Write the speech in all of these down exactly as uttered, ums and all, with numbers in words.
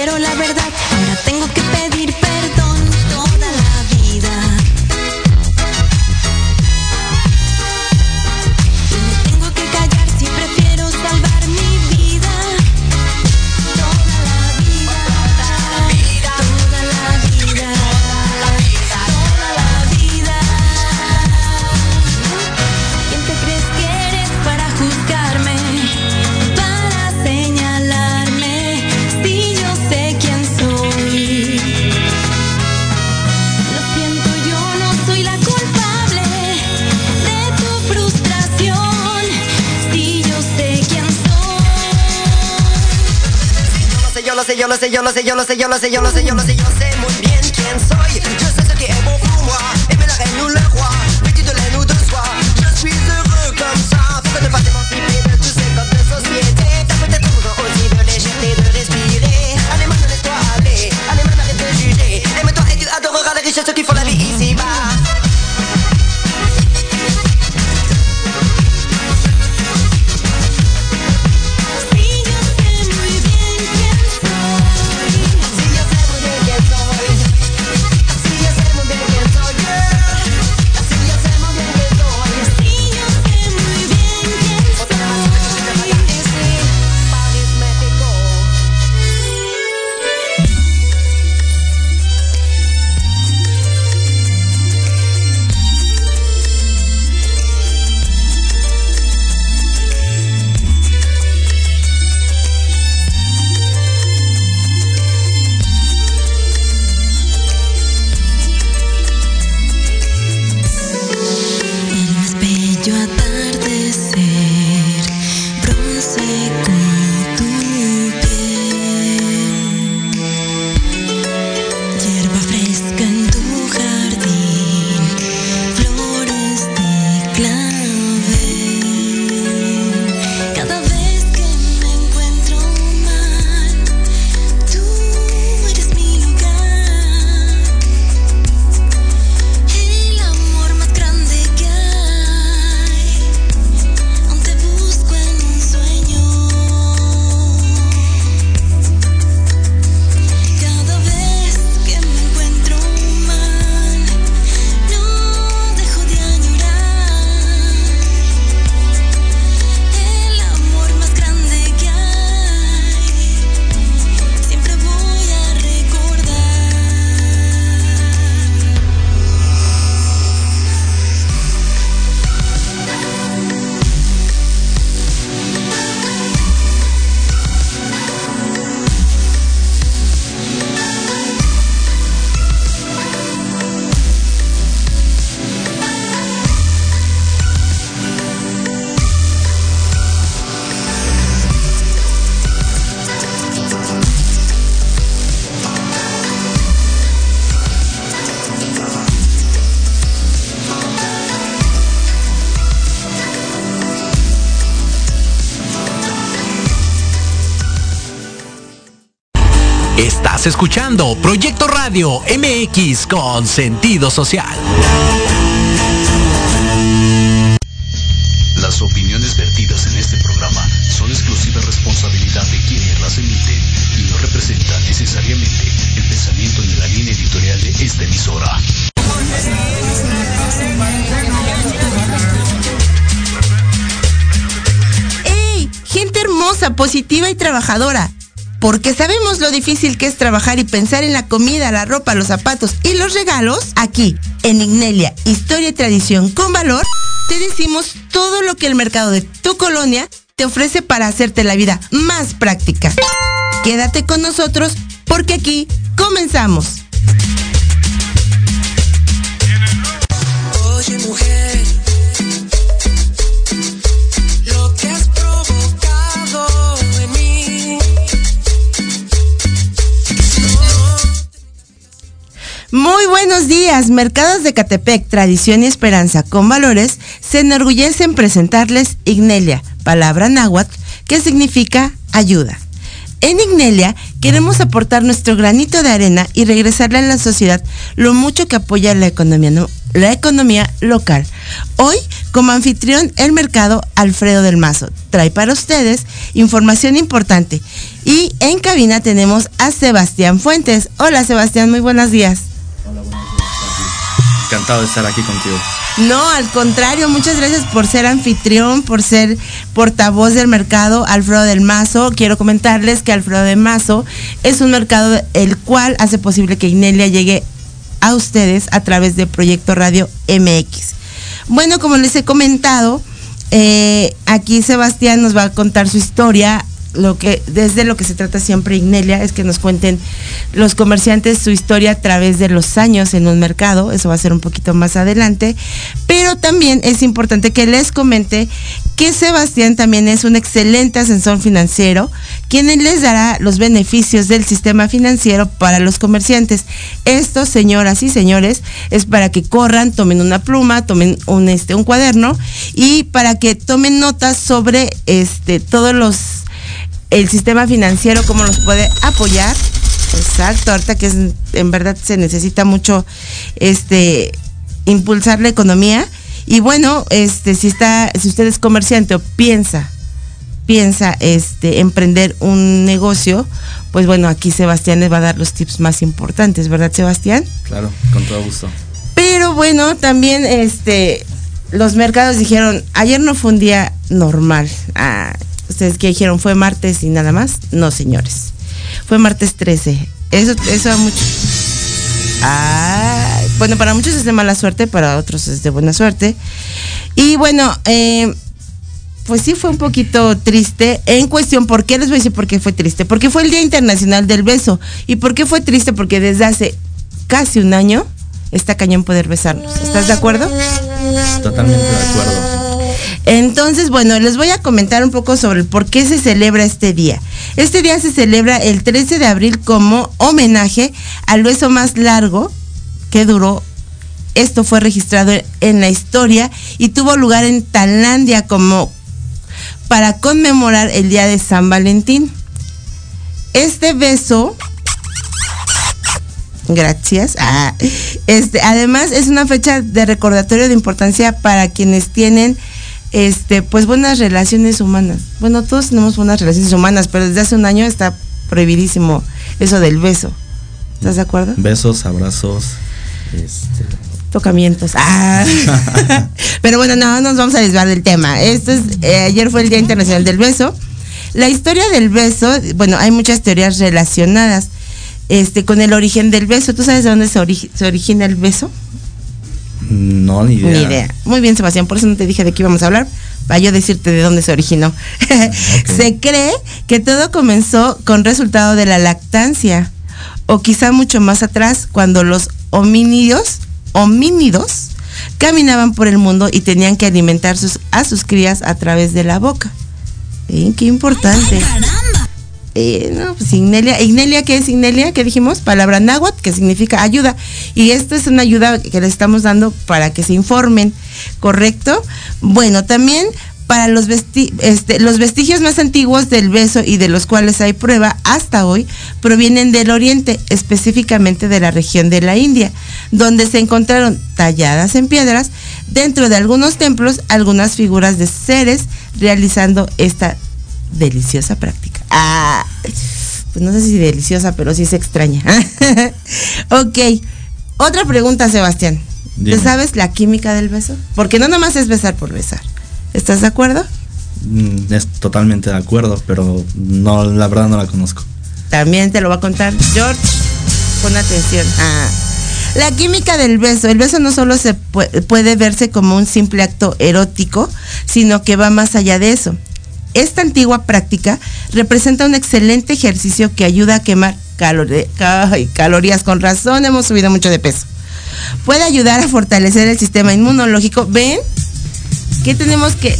pero la verdad, ahora tengo que pedir perdón toda la vida. Y me tengo que callar si prefiero salvar mi vida. Toda la vida, toda la vida, toda la vida, toda la vida. ¿Quién te crees que eres para juzgarme? Para señalarme, si yo sé quién soy. Lo siento, yo no soy la culpable de tu frustración, si yo sé quién soy. Yo lo sé, yo lo sé, yo lo sé, yo lo sé, yo lo sé, yo lo sé, yo lo sé, yo sé muy bien quién soy. Je sais ce qui est bon pour moi, aimer la reine ou le roi, vêtu de laine ou de soie. Je suis heureux comme ça, faut ne pas t'émanciper de tous ces codes de société. T'as peut-être besoin aussi de légèreté, de respirer. Allez, maintenant laisse-toi aller, allez, maintenant arrête de juger. Aime-toi et tu adoreras les richesses qui font la vie ici-bas. Estás escuchando Proyecto Radio M X con sentido social. Las opiniones vertidas en este programa son exclusiva responsabilidad de quienes las emiten y no representan necesariamente el pensamiento ni la línea editorial de esta emisora. ¡Ey! Gente hermosa, positiva y trabajadora. Porque sabemos lo difícil que es trabajar y pensar en la comida, la ropa, los zapatos y los regalos. Aquí, en Ignelia, Historia y Tradición con Valor, te decimos todo lo que el mercado de tu colonia te ofrece para hacerte la vida más práctica. Quédate con nosotros porque aquí comenzamos. Oye, mujer, lo que has provocado en mí. Muy buenos días, Mercados de Catepec, Tradición y Esperanza con Valores se enorgullece en presentarles Ignelia, palabra náhuatl que significa ayuda. En Ignelia queremos aportar nuestro granito de arena y regresarle a la sociedad lo mucho que apoya la economía, ¿no? la economía local. Hoy Como anfitrión, el mercado Alfredo del Mazo trae para ustedes información importante. Y en cabina tenemos a Sebastián Fuentes. Hola Sebastián, muy buenos días. Hola, buenos días, Pati. Encantado de estar aquí contigo. No, al contrario, muchas gracias por ser anfitrión, por ser portavoz del mercado Alfredo del Mazo. Quiero comentarles que Alfredo del Mazo es un mercado el cual hace posible que Ignelia llegue a ustedes a través de Proyecto Radio M X. Bueno, como les he comentado, eh, aquí Sebastián nos va a contar su historia. Lo que, desde lo que se trata siempre Ignelia es que nos cuenten los comerciantes su historia a través de los años en un mercado. Eso va a ser un poquito más adelante, pero también es importante que les comente que Sebastián también es un excelente asesor financiero, quien les dará los beneficios del sistema financiero para los comerciantes. Esto, señoras y señores, es para que corran, tomen una pluma, tomen un este un cuaderno y para que tomen notas sobre este todos los el sistema financiero, cómo los puede apoyar. Exacto, ahorita que es, en verdad se necesita mucho este impulsar la economía. Y bueno, este si está, si usted es comerciante o piensa, piensa este emprender un negocio, pues bueno, aquí Sebastián les va a dar los tips más importantes, ¿verdad, Sebastián? Claro, con todo gusto. Pero bueno, también este los mercados dijeron, ayer no fue un día normal. Ah, ustedes que dijeron, fue martes y nada más. No, señores, fue martes trece. Eso, eso a muchos, ah, bueno, para muchos es de mala suerte, para otros es de buena suerte. Y bueno, eh, pues sí fue un poquito triste en cuestión. ¿Por qué les voy a decir por qué fue triste? Porque fue el Día Internacional del Beso. ¿Y por qué fue triste? Porque desde hace casi un año está cañón poder besarnos. ¿Estás de acuerdo? Totalmente de acuerdo. Entonces, bueno, les voy a comentar un poco sobre el por qué se celebra este día. Este día se celebra el trece de abril como homenaje al beso más largo que duró. Esto fue registrado en la historia y tuvo lugar en Tailandia como para conmemorar el día de San Valentín. Este beso, gracias, ah, este, además es una fecha de recordatorio de importancia para quienes tienen este, pues buenas relaciones humanas. Bueno, todos tenemos buenas relaciones humanas, pero desde hace un año está prohibidísimo eso del beso. ¿Estás de acuerdo? Besos, abrazos, este... tocamientos. Ah. Pero bueno, no nos vamos a desviar del tema. Esto es, eh, ayer fue el Día Internacional del Beso. La historia del beso, bueno, hay muchas teorías relacionadas este, con el origen del beso. ¿Tú sabes de dónde se, ori- se origina el beso? No, ni idea. Ni idea. Muy bien, Sebastián, por eso no te dije de qué íbamos a hablar, para yo decirte de dónde se originó. Okay. Se cree que todo comenzó con resultado de la lactancia, o quizá mucho más atrás, cuando los homínidos, homínidos caminaban por el mundo y tenían que alimentar sus, a sus crías a través de la boca. ¿Eh? Qué importante. Eh, no, pues Ignelia, Ignelia, ¿qué es Ignelia? ¿Qué dijimos? Palabra náhuatl, que significa ayuda. Y esto es una ayuda que le estamos dando para que se informen, ¿correcto? Bueno, también para los, vesti- este, los vestigios más antiguos del beso y de los cuales hay prueba hasta hoy, provienen del oriente, específicamente de la región de la India, donde se encontraron talladas en piedras dentro de algunos templos algunas figuras de seres realizando esta deliciosa práctica. Ah, pues no sé si deliciosa, pero sí se extraña. Ok, otra pregunta, Sebastián. Dime. ¿Tú sabes la química del beso? Porque no nomás es besar por besar. ¿Estás de acuerdo? Mm, es totalmente de acuerdo, pero no, la verdad no la conozco. También te lo va a contar George. Pon atención. Ah. La química del beso. El beso no solo se pu- puede verse como un simple acto erótico, sino que va más allá de eso. Esta antigua práctica representa un excelente ejercicio que ayuda a quemar calor- ay, calorías. Con razón hemos subido mucho de peso. Puede ayudar a fortalecer el sistema inmunológico. ¿Ven? ¿Qué tenemos que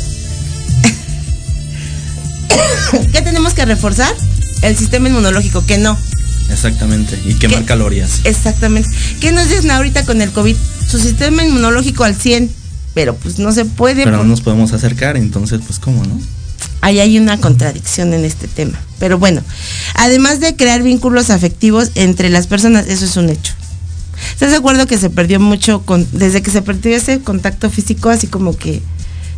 ¿Qué tenemos que reforzar? El sistema inmunológico, que no. Exactamente, y quemar ¿Qué? calorías. Exactamente. ¿Qué nos dicen ahorita con el COVID? Su sistema inmunológico al cien, pero pues no se puede. Pero no por... nos podemos acercar, entonces pues cómo, ¿no? Ahí hay una contradicción en este tema. Pero bueno, además de crear vínculos afectivos entre las personas, eso es un hecho. ¿Estás de acuerdo que se perdió mucho con, desde que se perdió ese contacto físico, así como que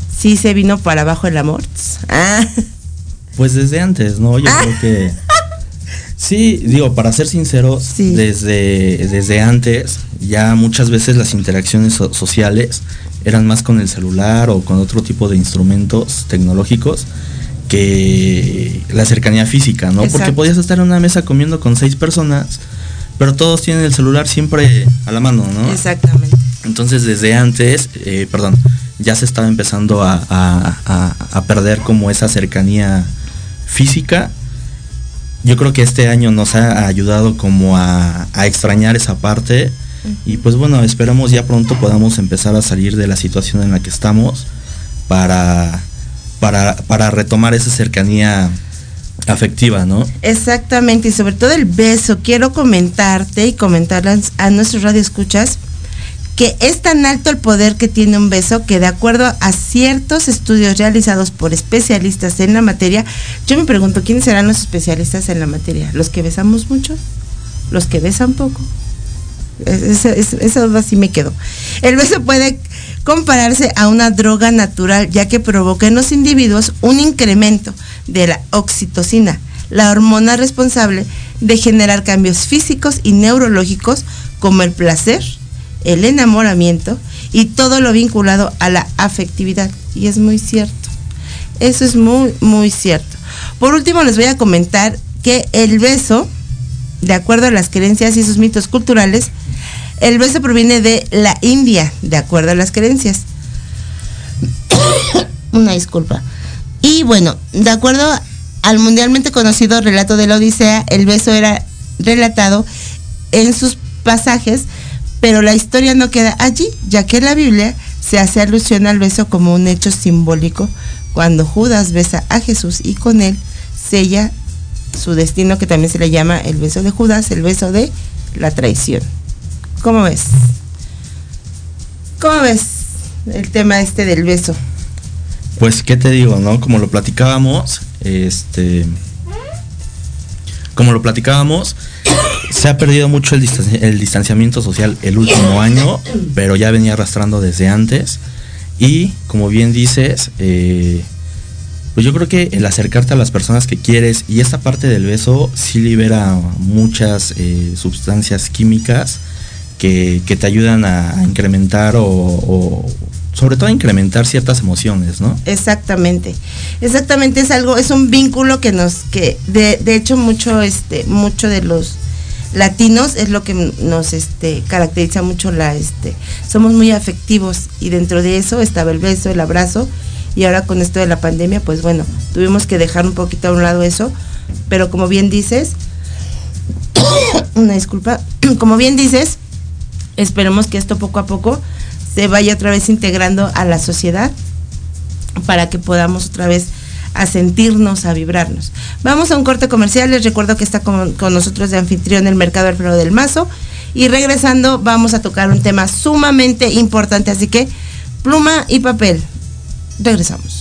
¿sí se vino para abajo el amor? Ah. Pues desde antes, ¿no? Yo creo que... Sí, digo, para ser sincero, Sí. desde, desde antes ya muchas veces las interacciones so- sociales eran más con el celular o con otro tipo de instrumentos tecnológicos que la cercanía física, ¿no? Exacto. Porque podías estar en una mesa comiendo con seis personas, pero todos tienen el celular siempre a la mano, ¿no? Exactamente. Entonces desde antes, eh, perdón, ya se estaba empezando a, a- a- a perder como esa cercanía física. Yo creo que este año nos ha ayudado como a, a extrañar esa parte. Y pues bueno, esperamos ya pronto podamos empezar a salir de la situación en la que estamos para, para, para retomar esa cercanía afectiva, ¿no? Exactamente, y sobre todo el beso. Quiero comentarte y comentarles a nuestros radioescuchas que es tan alto el poder que tiene un beso que de acuerdo a ciertos estudios realizados por especialistas en la materia, yo me pregunto, ¿quiénes serán los especialistas en la materia? ¿Los que besamos mucho? ¿Los que besan poco? Esa, esa, esa duda sí me quedó. El beso puede compararse a una droga natural, ya que provoca en los individuos un incremento de la oxitocina, la hormona responsable de generar cambios físicos y neurológicos como el placer, el enamoramiento y todo lo vinculado a la afectividad. Y es muy cierto. Eso es muy, muy cierto. Por último, les voy a comentar que el beso, de acuerdo a las creencias y sus mitos culturales, el beso proviene de la India, de acuerdo a las creencias. Una disculpa. Y bueno, de acuerdo al mundialmente conocido relato de la Odisea, el beso era relatado en sus pasajes, pero la historia no queda allí, ya que en la Biblia se hace alusión al beso como un hecho simbólico cuando Judas besa a Jesús y con él sella su destino, que también se le llama el beso de Judas, el beso de la traición. ¿Cómo ves? ¿Cómo ves el tema este del beso? Pues qué te digo, ¿no? Como lo platicábamos, este, como lo platicábamos, se ha perdido mucho el, distanci- el distanciamiento social el último año, pero ya venía arrastrando desde antes. Y como bien dices, eh, pues yo creo que el acercarte a las personas que quieres y esta parte del beso sí libera muchas eh, sustancias químicas que, que te ayudan a, a incrementar o, o sobre todo a incrementar ciertas emociones, ¿no? Exactamente, exactamente, es algo, es un vínculo que nos, que de, de hecho mucho, este, mucho de los latinos es lo que nos, este, caracteriza mucho la, este, somos muy afectivos y dentro de eso estaba el beso, el abrazo, y ahora con esto de la pandemia, pues bueno, tuvimos que dejar un poquito a un lado eso, pero como bien dices, una disculpa, como bien dices, esperemos que esto poco a poco se vaya otra vez integrando a la sociedad para que podamos otra vez a sentirnos, a vibrarnos. Vamos a un corte comercial. Les recuerdo que está con, con nosotros de anfitrión el Mercado Alfredo del Mazo, y regresando vamos a tocar un tema sumamente importante, así que pluma y papel. Regresamos.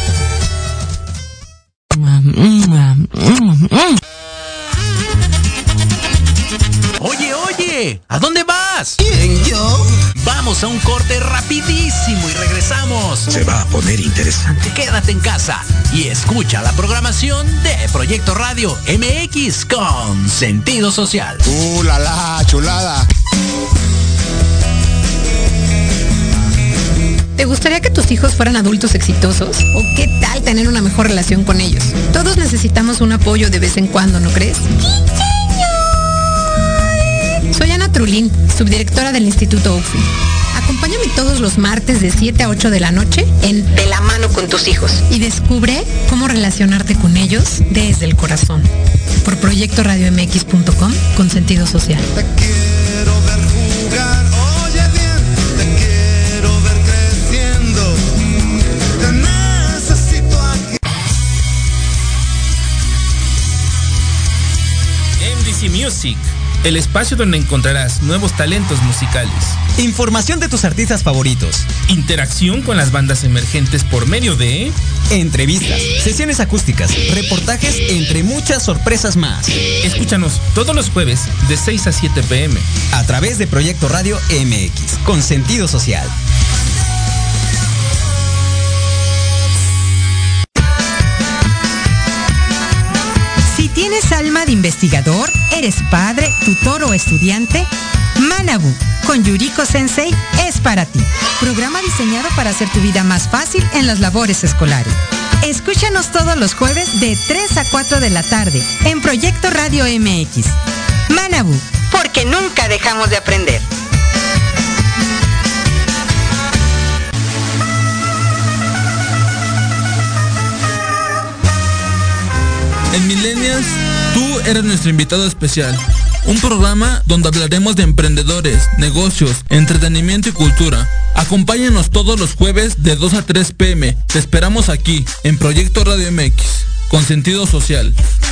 Oye, oye, ¿a dónde vas? ¿Quién, yo? Vamos a un corte rapidísimo y regresamos. Se va a poner interesante. Quédate en casa y escucha la programación de Proyecto Radio M X con sentido social. ¡Uh, la, la, chulada! ¿Te gustaría que tus hijos fueran adultos exitosos? ¿O qué tal tener una mejor relación con ellos? Todos necesitamos un apoyo de vez en cuando, ¿no crees? Soy Ana Trulín, subdirectora del Instituto U F I. Acompáñame todos los martes de siete a ocho de la noche en De la mano con tus hijos y descubre cómo relacionarte con ellos desde el corazón. Por proyecto radio m x punto com con sentido social. Te quiero ver jugar, oye bien, te quiero ver creciendo. Te necesito aquí. M D C Music, el espacio donde encontrarás nuevos talentos musicales. Información de tus artistas favoritos. Interacción con las bandas emergentes por medio de entrevistas, sesiones acústicas, reportajes, entre muchas sorpresas más. Escúchanos todos los jueves de seis a siete p m a través de Proyecto Radio M X con sentido social. ¿Tienes alma de investigador? ¿Eres padre, tutor o estudiante? Manabu, con Yuriko Sensei, es para ti. Programa diseñado para hacer tu vida más fácil en las labores escolares. Escúchanos todos los jueves de tres a cuatro de la tarde en Proyecto Radio M X. Manabu, porque nunca dejamos de aprender. En Millennials, tú eres nuestro invitado especial. Un programa donde hablaremos de emprendedores, negocios, entretenimiento y cultura. Acompáñanos todos los jueves de dos a tres pm. Te esperamos aquí, en Proyecto Radio M X, con sentido social.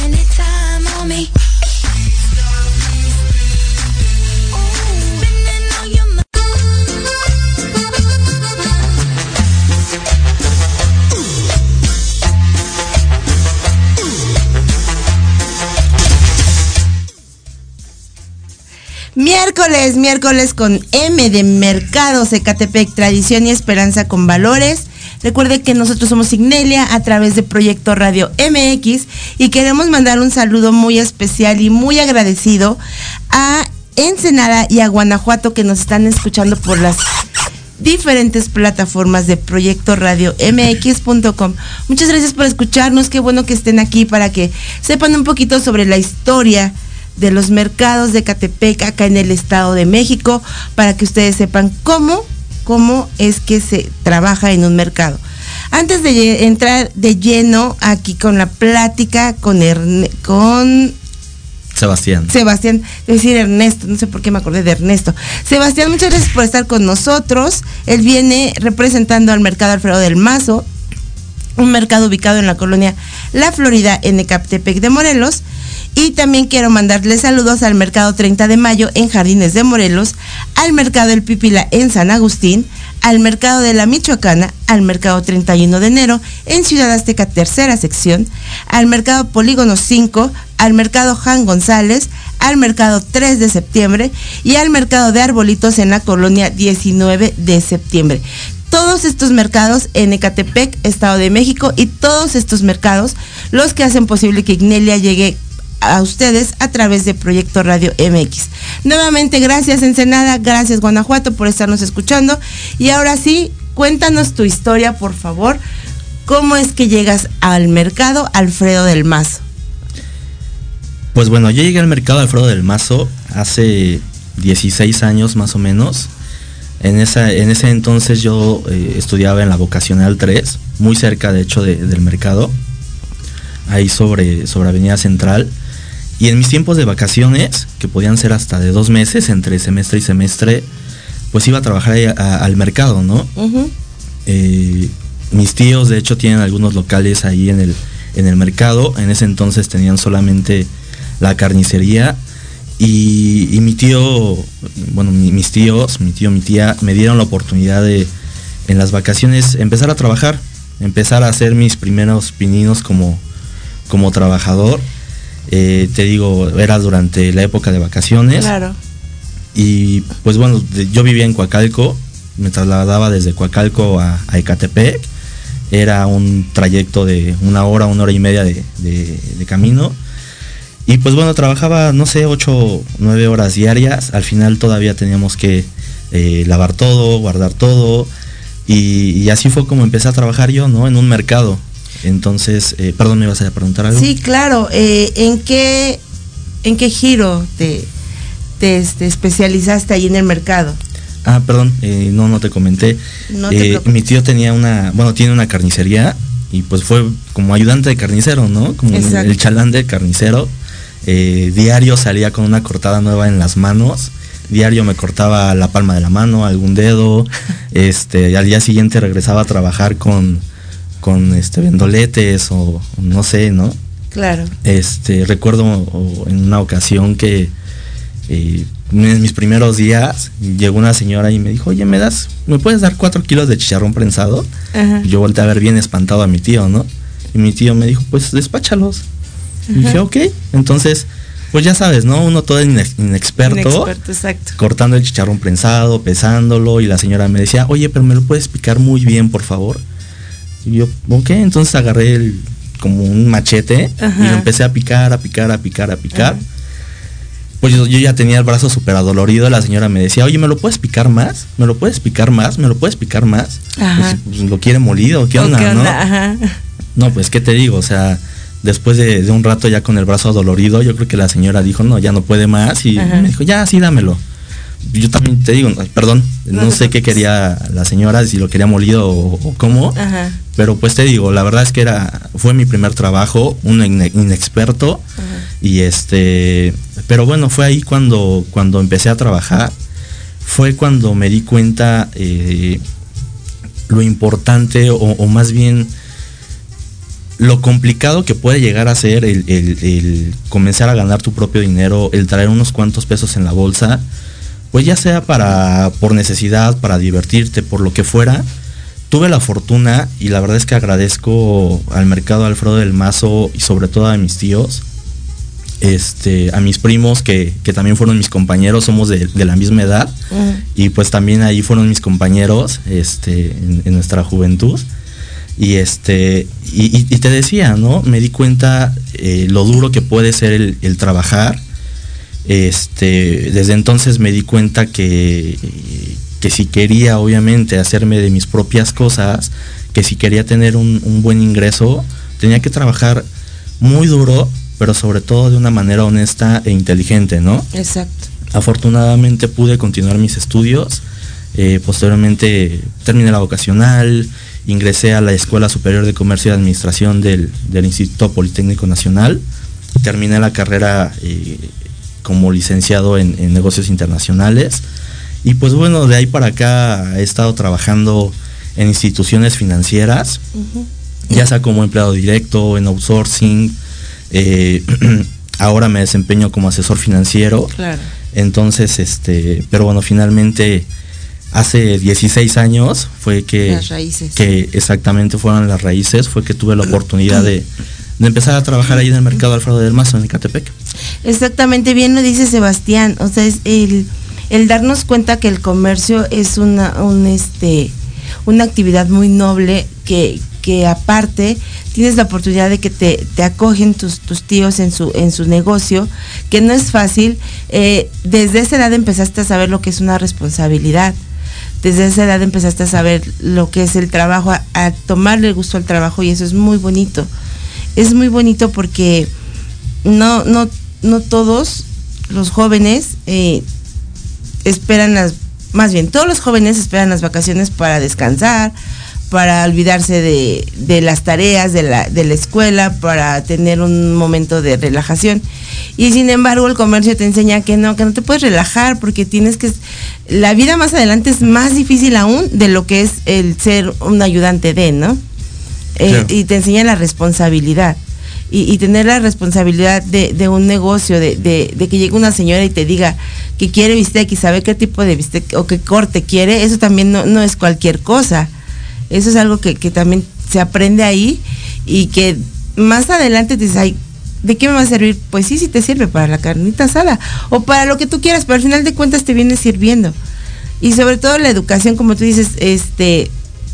Miércoles, miércoles con M de Mercados Ecatepec, tradición y esperanza con valores. Recuerde que nosotros somos Ignelia a través de Proyecto Radio M X y queremos mandar un saludo muy especial y muy agradecido a Ensenada y a Guanajuato que nos están escuchando por las diferentes plataformas de Proyecto Radio M X punto com. Muchas gracias por escucharnos, qué bueno que estén aquí para que sepan un poquito sobre la historia de los mercados de Ecatepec acá en el Estado de México, para que ustedes sepan cómo, cómo es que se trabaja en un mercado. Antes de entrar de lleno aquí con la plática con Erne, con Sebastián. Sebastián, es decir Ernesto, no sé por qué me acordé de Ernesto. Sebastián, muchas gracias por estar con nosotros. Él viene representando al Mercado Alfredo del Mazo, un mercado ubicado en la colonia La Florida en Ecatepec de Morelos. Y también quiero mandarles saludos al Mercado treinta de Mayo en Jardines de Morelos, al Mercado El Pípila en San Agustín, al Mercado de la Michoacana, al Mercado treinta y uno de enero en Ciudad Azteca tercera sección, al Mercado Polígono cinco, al Mercado Jan González, al Mercado tres de septiembre y al Mercado de Arbolitos en la colonia diecinueve de septiembre. Todos estos mercados en Ecatepec, Estado de México, y todos estos mercados los que hacen posible que Ignelia llegue a ustedes a través de Proyecto Radio M X. Nuevamente, gracias Ensenada, gracias Guanajuato por estarnos escuchando. Y ahora sí, cuéntanos tu historia, por favor. ¿Cómo es que llegas al Mercado Alfredo del Mazo? Pues bueno, yo llegué al Mercado Alfredo del Mazo hace dieciséis años más o menos. En, esa, en ese entonces yo eh, estudiaba en la Vocacional tres, muy cerca de hecho de, del mercado, ahí sobre, sobre Avenida Central. Y en mis tiempos de vacaciones, que podían ser hasta de dos meses, entre semestre y semestre, pues iba a trabajar ahí a, a, al mercado, ¿no? Uh-huh. Eh, mis tíos, de hecho, tienen algunos locales ahí en el, en el mercado. En ese entonces tenían solamente la carnicería. Y, y mi tío, bueno, mi, mis tíos, mi tío, mi tía, me dieron la oportunidad de, en las vacaciones, empezar a trabajar. Empezar a hacer mis primeros pininos como, como trabajador. Eh, te digo, era durante la época de vacaciones. Claro. Y pues bueno, de, yo vivía en Coacalco, me trasladaba desde Coacalco a, a Ecatepec. Era un trayecto de una hora, una hora y media de, de, de camino. Y pues bueno, trabajaba, no sé, ocho, nueve horas diarias. Al final todavía teníamos que eh, lavar todo, guardar todo. Y, y así fue como empecé a trabajar yo, ¿no? En un mercado. Entonces, eh, perdón, ¿me ibas a preguntar algo? Sí, claro. Eh, ¿en qué en qué giro te, te este, especializaste ahí en el mercado? Ah, perdón, eh, no, no te comenté. No te eh, mi tío tenía una, bueno, tiene una carnicería y pues fue como ayudante de carnicero, ¿no? Como el, el chalán de carnicero. Eh, diario salía con una cortada nueva en las manos. Diario me cortaba la palma de la mano, algún dedo. Este, al día siguiente regresaba a trabajar con con este vendoletes o no sé, ¿no? Claro. Este, recuerdo o, en una ocasión que eh, en mis primeros días llegó una señora y me dijo, oye, ¿me das, me puedes dar cuatro kilos de chicharrón prensado? Ajá. Yo volteé a ver bien espantado a mi tío, ¿no? Y mi tío me dijo, pues despáchalos. Ajá. Y dije, ok. Entonces, pues ya sabes, ¿no? Uno todo inex- inexperto, inexperto, exacto, cortando el chicharrón prensado, pesándolo, y la señora me decía, oye, pero me lo puedes picar muy bien, por favor. Y yo, ok, entonces agarré el como un machete. Ajá. Y lo empecé a picar, a picar, a picar, a picar. Ajá. Pues yo, yo ya tenía el brazo súper adolorido. La señora me decía, oye, ¿me lo puedes picar más? ¿Me lo puedes picar más? ¿Me lo puedes picar más? Pues, pues, ¿lo quiere molido? ¿Qué onda, qué onda? ¿No? Ajá. No, pues, ¿qué te digo? O sea, después de, de un rato ya con el brazo adolorido, yo creo que la señora dijo, no, ya no puede más. Y Ajá. me dijo, ya, sí, dámelo. Yo también te digo, perdón, no, no sé qué quería la señora, si lo quería molido o, o cómo. Ajá. Pero pues te digo, la verdad es que era fue mi primer trabajo, un inexperto. Ajá. Y este, pero bueno, fue ahí cuando, cuando empecé a trabajar. Fue cuando me di cuenta eh, lo importante o, o más bien lo complicado que puede llegar a ser el, el, el comenzar a ganar tu propio dinero, el traer unos cuantos pesos en la bolsa, pues ya sea para por necesidad, para divertirte, por lo que fuera. Tuve la fortuna, y la verdad es que agradezco al mercado Alfredo del Mazo y sobre todo a mis tíos, este, a mis primos que, que también fueron mis compañeros, somos de, de la misma edad, uh-huh. y pues también ahí fueron mis compañeros este, en, en nuestra juventud. Y este y, y, y te decía, ¿no? Me di cuenta eh, lo duro que puede ser el, el trabajar. Este, desde entonces me di cuenta que, que si quería obviamente hacerme de mis propias cosas, que si quería tener un, un buen ingreso, tenía que trabajar muy duro, pero sobre todo de una manera honesta e inteligente, ¿no? Exacto. Afortunadamente pude continuar mis estudios, eh, posteriormente terminé la vocacional, ingresé a la Escuela Superior de Comercio y Administración del, del Instituto Politécnico Nacional, terminé la carrera eh, como licenciado en, en negocios internacionales, y pues bueno, de ahí para acá he estado trabajando en instituciones financieras, uh-huh. ya sea como empleado directo, en outsourcing, eh, ahora me desempeño como asesor financiero, claro. Entonces, este, pero bueno, finalmente hace dieciséis años fue que, las raíces. que exactamente fueron las raíces, fue que tuve la oportunidad de, de empezar a trabajar ahí en el mercado Alfredo del Mazo en Ecatepec. Exactamente, bien lo dice Sebastián, o sea, es el, el darnos cuenta que el comercio es una, un, este, una actividad muy noble que, que aparte tienes la oportunidad de que te, te acogen tus, tus tíos en su, en su negocio, que no es fácil. Eh, desde esa edad empezaste a saber lo que es una responsabilidad. Desde esa edad empezaste a saber lo que es el trabajo, a, a tomarle gusto al trabajo, y eso es muy bonito. Es muy bonito porque no, no, no todos los jóvenes eh, esperan las, más bien, todos los jóvenes esperan las vacaciones para descansar, para olvidarse de, de las tareas de la, de la escuela, para tener un momento de relajación. Y sin embargo el comercio te enseña que no, que no te puedes relajar, porque tienes que, la vida más adelante es más difícil aún de lo que es el ser un ayudante de, ¿no? Eh, claro. Y te enseña la responsabilidad. Y, y tener la responsabilidad de, de un negocio, de, de, de que llegue una señora y te diga que quiere bistec y sabe qué tipo de bistec o qué corte quiere, eso también no, no es cualquier cosa. Eso es algo que, que también se aprende ahí, y que más adelante te dices, ay, ¿de qué me va a servir? Pues sí, sí te sirve para la carnita asada o para lo que tú quieras, pero al final de cuentas te viene sirviendo. Y sobre todo la educación, como tú dices, este,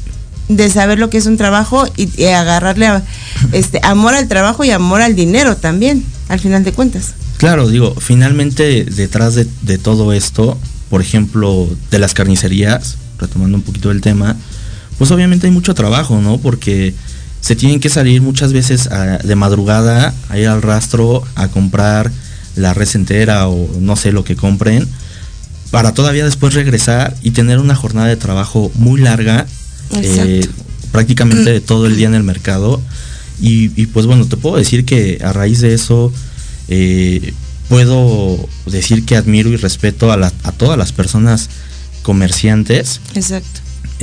de saber lo que es un trabajo y, y agarrarle a, este, amor al trabajo y amor al dinero también, al final de cuentas. Claro, digo, finalmente detrás de, de todo esto, por ejemplo, de las carnicerías, retomando un poquito el tema, pues obviamente hay mucho trabajo, ¿no? Porque se tienen que salir muchas veces a, de madrugada a ir al rastro a comprar la res entera o no sé lo que compren, para todavía después regresar y tener una jornada de trabajo muy larga, eh, prácticamente todo el día en el mercado. Y, y pues bueno, te puedo decir que a raíz de eso eh, puedo decir que admiro y respeto a, la, a todas las personas comerciantes. Exacto.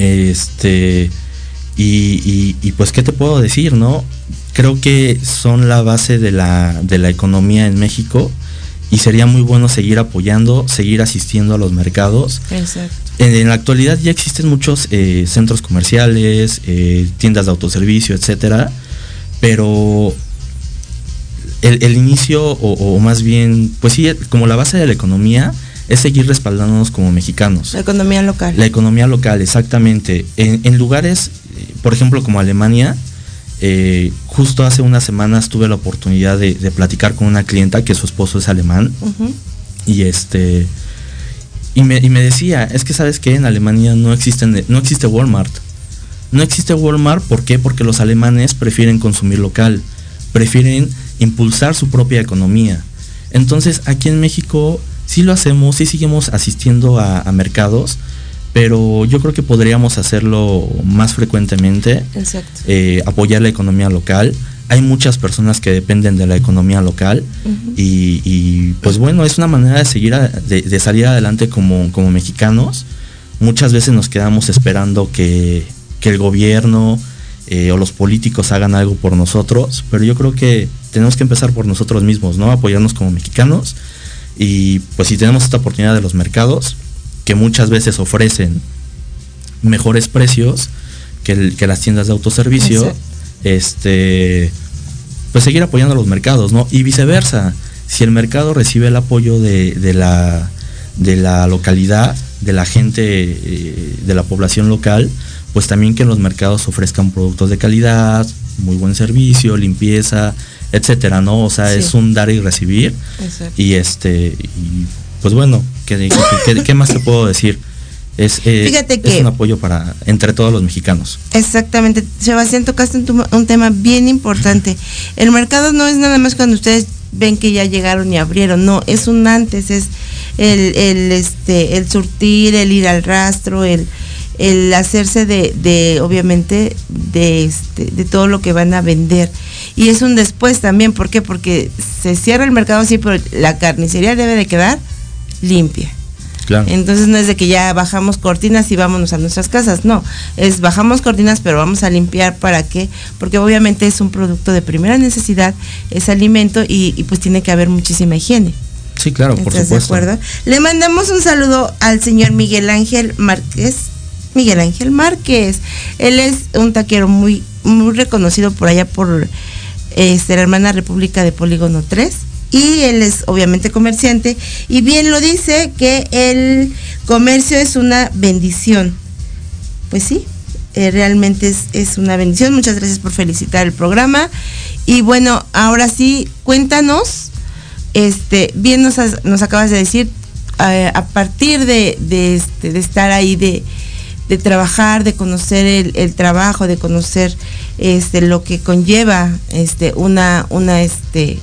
Este y, y, y pues qué te puedo decir, ¿no? Creo que son la base de la, de la economía en México, y sería muy bueno seguir apoyando, seguir asistiendo a los mercados. Exacto. En, en la actualidad ya existen muchos eh, centros comerciales, eh, tiendas de autoservicio, etcétera, pero el, el inicio o, o más bien, pues sí, como la base de la economía es seguir respaldándonos como mexicanos. La economía local. La economía local, exactamente. En, en lugares, por ejemplo, como Alemania, Eh, justo hace unas semanas tuve la oportunidad de, de platicar con una clienta que su esposo es alemán. Uh-huh. Y este y me, y me decía, es que sabes que en Alemania no existen, no existe Walmart. No existe Walmart, ¿por qué? Porque los alemanes prefieren consumir local, prefieren impulsar su propia economía. Entonces, aquí en México sí lo hacemos, sí seguimos asistiendo a, a mercados, pero yo creo que podríamos hacerlo más frecuentemente. Exacto. Eh, apoyar la economía local. Hay muchas personas que dependen de la economía local. Uh-huh. y, y pues bueno, es una manera de seguir a, de, de salir adelante como, como mexicanos. Muchas veces nos quedamos esperando que, que el gobierno eh, o los políticos hagan algo por nosotros, pero yo creo que tenemos que empezar por nosotros mismos, ¿no? Apoyarnos como mexicanos. Y pues si tenemos esta oportunidad de los mercados, que muchas veces ofrecen mejores precios que, el, que las tiendas de autoservicio, exacto, este pues seguir apoyando a los mercados, ¿no? Y viceversa, si el mercado recibe el apoyo de, de la de la localidad, de la gente, eh, de la población local, pues también que los mercados ofrezcan productos de calidad, muy buen servicio, limpieza, etcétera, ¿no? O sea, sí, es un dar y recibir. Exacto. Y este y pues bueno, ¿qué, qué, qué más te puedo decir? Es, eh, Fíjate que es un apoyo para entre todos los mexicanos. Exactamente, Sebastián, tocaste un, un tema bien importante. El mercado no es nada más cuando ustedes ven que ya llegaron y abrieron, no, es un antes, es el, el este el surtir, el ir al rastro, el el hacerse de, de obviamente de este de todo lo que van a vender, y es un después también. ¿Por qué? Porque se cierra el mercado, sí, pero la carnicería debe de quedar limpia. Claro. Entonces no es de que ya bajamos cortinas y vámonos a nuestras casas, no, es bajamos cortinas pero vamos a limpiar. ¿Para qué? Porque obviamente es un producto de primera necesidad, es alimento, y, y pues tiene que haber muchísima higiene. Sí, claro, por supuesto. ¿De acuerdo? Le mandamos un saludo al señor Miguel Ángel Márquez, Miguel Ángel Márquez, él es un taquero muy, muy reconocido por allá por este, la hermana República de Polígono tres. Y él es obviamente comerciante, y bien lo dice, que el comercio es una bendición. Pues sí, eh, realmente es, es una bendición. Muchas gracias por felicitar el programa. Y bueno, ahora sí, cuéntanos, este, bien nos, has, nos acabas de decir, eh, a partir de, de, este, de estar ahí, de, de trabajar, de conocer el, el trabajo, de conocer este, lo que conlleva este, una, una este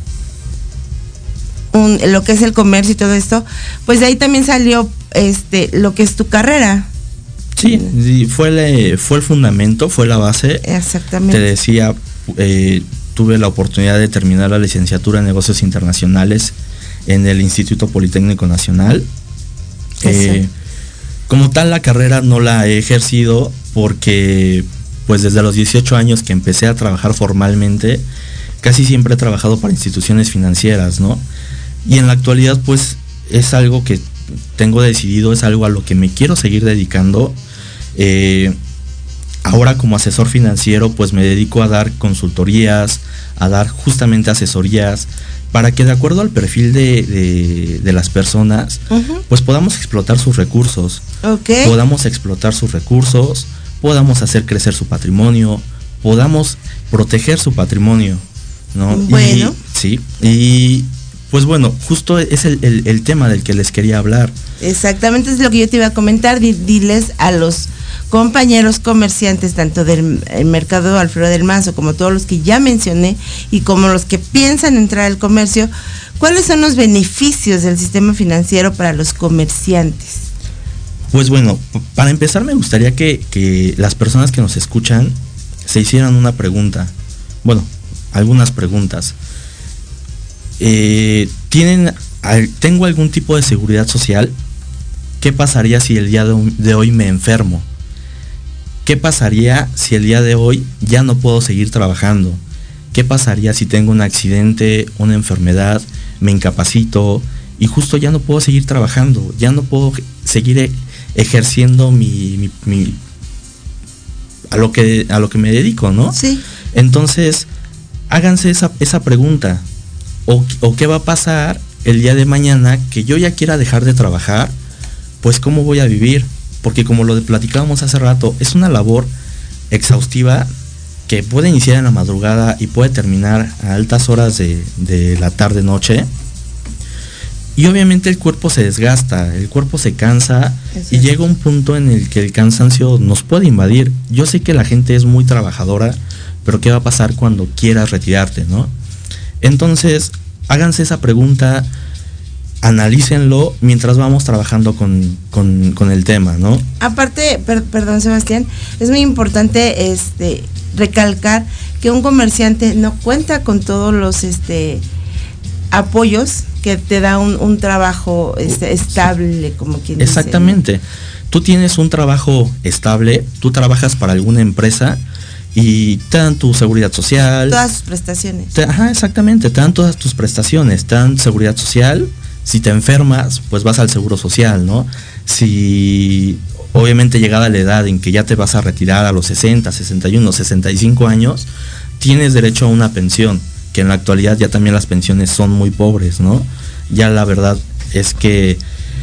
Un, lo que es el comercio y todo esto, pues de ahí también salió este lo que es tu carrera. Sí, sí, fue el, fue el fundamento, fue la base. Exactamente. Te decía, eh, tuve la oportunidad de terminar la licenciatura en negocios internacionales en el Instituto Politécnico Nacional. Eh, como tal, la carrera no la he ejercido porque pues desde los dieciocho años que empecé a trabajar formalmente, casi siempre he trabajado para instituciones financieras, ¿no? Y en la actualidad pues es algo que tengo decidido, es algo a lo que me quiero seguir dedicando. Eh, ahora como asesor financiero pues me dedico a dar consultorías, a dar justamente asesorías, para que de acuerdo al perfil de, de, de las personas, uh-huh, pues podamos explotar sus recursos, okay, podamos explotar sus recursos, podamos hacer crecer su patrimonio, podamos proteger su patrimonio, ¿no? Bueno. Y, sí, y pues bueno, justo es el, el, el tema del que les quería hablar. Exactamente, es lo que yo te iba a comentar. Diles a los compañeros comerciantes, tanto del mercado Alfredo del Mazo como todos los que ya mencioné, y como los que piensan entrar al comercio, ¿cuáles son los beneficios del sistema financiero para los comerciantes? Pues bueno, para empezar me gustaría que, que las personas que nos escuchan se hicieran una pregunta. Bueno, algunas preguntas. Eh, ¿tienen, ¿Tengo algún tipo de seguridad social? ¿Qué pasaría si el día de, de hoy me enfermo? ¿Qué pasaría si el día de hoy ya no puedo seguir trabajando? ¿Qué pasaría si tengo un accidente, una enfermedad, me incapacito y justo ya no puedo seguir trabajando? Ya no puedo seguir ejerciendo mi, mi, mi a lo que a lo que me dedico, ¿no? Sí. Entonces, háganse esa, esa pregunta. O, o qué va a pasar el día de mañana que yo ya quiera dejar de trabajar, pues cómo voy a vivir, porque como lo platicábamos hace rato, es una labor exhaustiva que puede iniciar en la madrugada y puede terminar a altas horas de, de la tarde-noche. Y obviamente el cuerpo se desgasta, el cuerpo se cansa. Eso. Y llega un punto en el que el cansancio nos puede invadir. Yo sé que la gente es muy trabajadora, pero ¿qué va a pasar cuando quieras retirarte, no? Entonces, háganse esa pregunta, analícenlo mientras vamos trabajando con, con, con el tema, ¿no? Aparte, per, perdón Sebastián, es muy importante este recalcar que un comerciante no cuenta con todos los este apoyos que te da un, un trabajo este, estable, como quien dice. Exactamente. Tú tienes un trabajo estable, tú trabajas para alguna empresa y te dan tu seguridad social. Todas sus prestaciones. Te, ajá, exactamente, te dan todas tus prestaciones, te dan seguridad social. Si te enfermas, pues vas al seguro social, ¿no? Si obviamente llegada la edad en que ya te vas a retirar a los sesenta, sesenta y uno, sesenta y cinco años, tienes derecho a una pensión, que en la actualidad ya también las pensiones son muy pobres, ¿no? Ya la verdad es que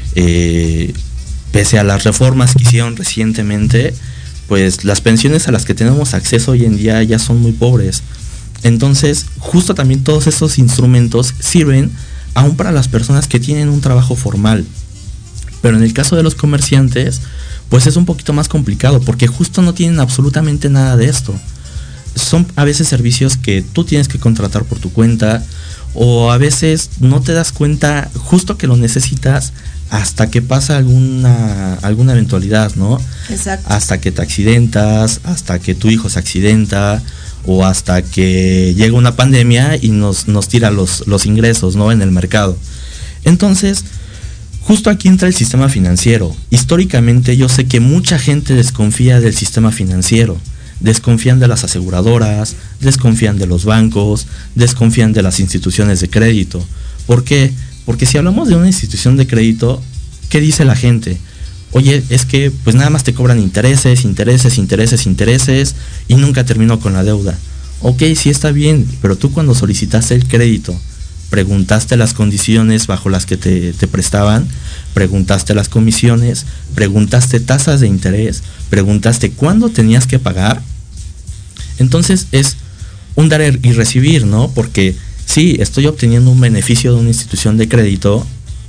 eh, pese a las reformas que hicieron recientemente, pues las pensiones a las que tenemos acceso hoy en día ya son muy pobres. Entonces, justo también todos esos instrumentos sirven aún para las personas que tienen un trabajo formal. Pero en el caso de los comerciantes, pues es un poquito más complicado, porque justo no tienen absolutamente nada de esto. Son a veces servicios que tú tienes que contratar por tu cuenta, o a veces no te das cuenta justo que lo necesitas hasta que pasa alguna alguna eventualidad, ¿no? Exacto. Hasta que te accidentas, hasta que tu hijo se accidenta, o hasta que llega una pandemia y nos, nos tira los, los ingresos, ¿no? En el mercado. Entonces, justo aquí entra el sistema financiero. Históricamente yo sé que mucha gente desconfía del sistema financiero. Desconfían de las aseguradoras, desconfían de los bancos, desconfían de las instituciones de crédito. ¿Por qué? Porque si hablamos de una institución de crédito, ¿qué dice la gente? Oye, es que pues nada más te cobran intereses, intereses, intereses, intereses y nunca termino con la deuda. Ok, sí está bien, pero tú cuando solicitaste el crédito, preguntaste las condiciones bajo las que te, te prestaban, preguntaste las comisiones, preguntaste tasas de interés, preguntaste cuándo tenías que pagar. Entonces es un dar y recibir, ¿no? Porque sí, estoy obteniendo un beneficio de una institución de crédito,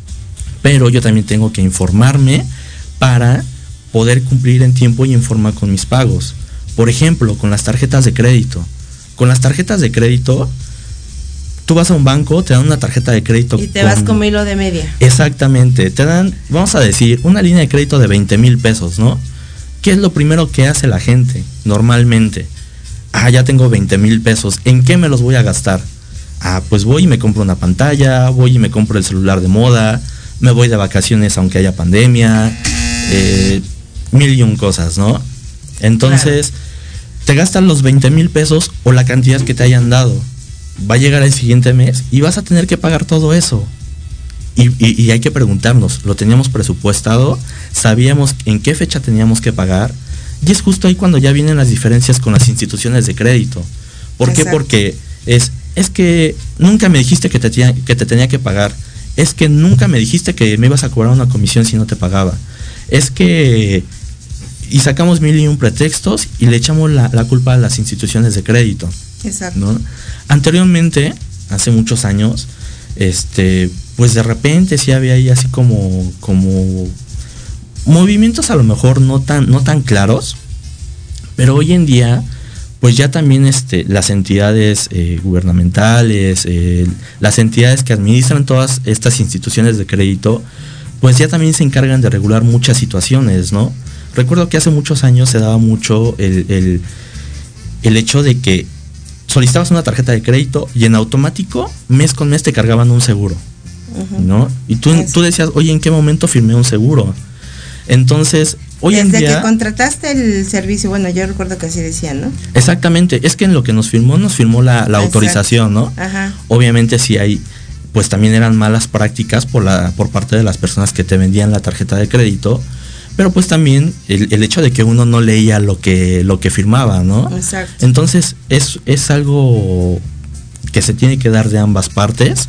pero yo también tengo que informarme para poder cumplir en tiempo y en forma con mis pagos. Por ejemplo, con las tarjetas de crédito. Con las tarjetas de crédito, tú vas a un banco, te dan una tarjeta de crédito. Y te con... vas como hilo de media. Exactamente, te dan, vamos a decir, una línea de crédito de veinte mil pesos, ¿no? ¿Qué es lo primero que hace la gente normalmente? Ah, ya tengo veinte mil pesos, ¿en qué me los voy a gastar? Ah, pues voy y me compro una pantalla, voy y me compro el celular de moda, me voy de vacaciones aunque haya pandemia, eh, mil y un cosas, ¿no? Entonces, claro, te gastan los veinte mil pesos o la cantidad que te hayan dado. Va a llegar el siguiente mes y vas a tener que pagar todo eso. Y, y, y hay que preguntarnos, ¿lo teníamos presupuestado? ¿Sabíamos en qué fecha teníamos que pagar? Y es justo ahí cuando ya vienen las diferencias con las instituciones de crédito. ¿Por qué? Porque es, es que nunca me dijiste que te, tenía, que te tenía que pagar. Es que nunca me dijiste que me ibas a cobrar una comisión si no te pagaba. Es que... Y sacamos mil y un pretextos y le echamos la, la culpa a las instituciones de crédito. Exacto. ¿No? Anteriormente, hace muchos años, este, pues de repente sí había ahí así como, como movimientos a lo mejor no tan, no tan claros, pero hoy en día, pues ya también este, las entidades eh, gubernamentales, eh, las entidades que administran todas estas instituciones de crédito, pues ya también se encargan de regular muchas situaciones, ¿no? Recuerdo que hace muchos años se daba mucho el, el, el hecho de que solicitabas una tarjeta de crédito y en automático, mes con mes te cargaban un seguro, uh-huh. ¿no? Y tú, tú decías, oye, ¿en qué momento firmé un seguro? Entonces, hoy Desde en día... Desde que contrataste el servicio, bueno, yo recuerdo que así decían, ¿no? Exactamente, es que en lo que nos firmó, nos firmó la, la autorización, ¿no? Ajá. Obviamente si hay, pues también eran malas prácticas por, la, por parte de las personas que te vendían la tarjeta de crédito, pero pues también el, el hecho de que uno no leía lo que lo que firmaba, ¿no? Exacto. Entonces es, es algo que se tiene que dar de ambas partes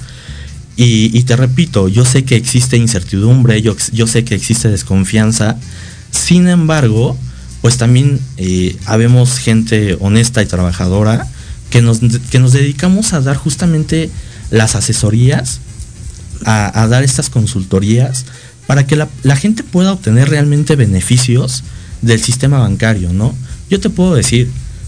y, y te repito, yo sé que existe incertidumbre, yo, yo sé que existe desconfianza, sin embargo, pues también eh, habemos gente honesta y trabajadora que nos, que nos dedicamos a dar justamente las asesorías, a, a dar estas consultorías para que la, la gente pueda obtener realmente beneficios del sistema bancario, ¿no? Yo te puedo decir,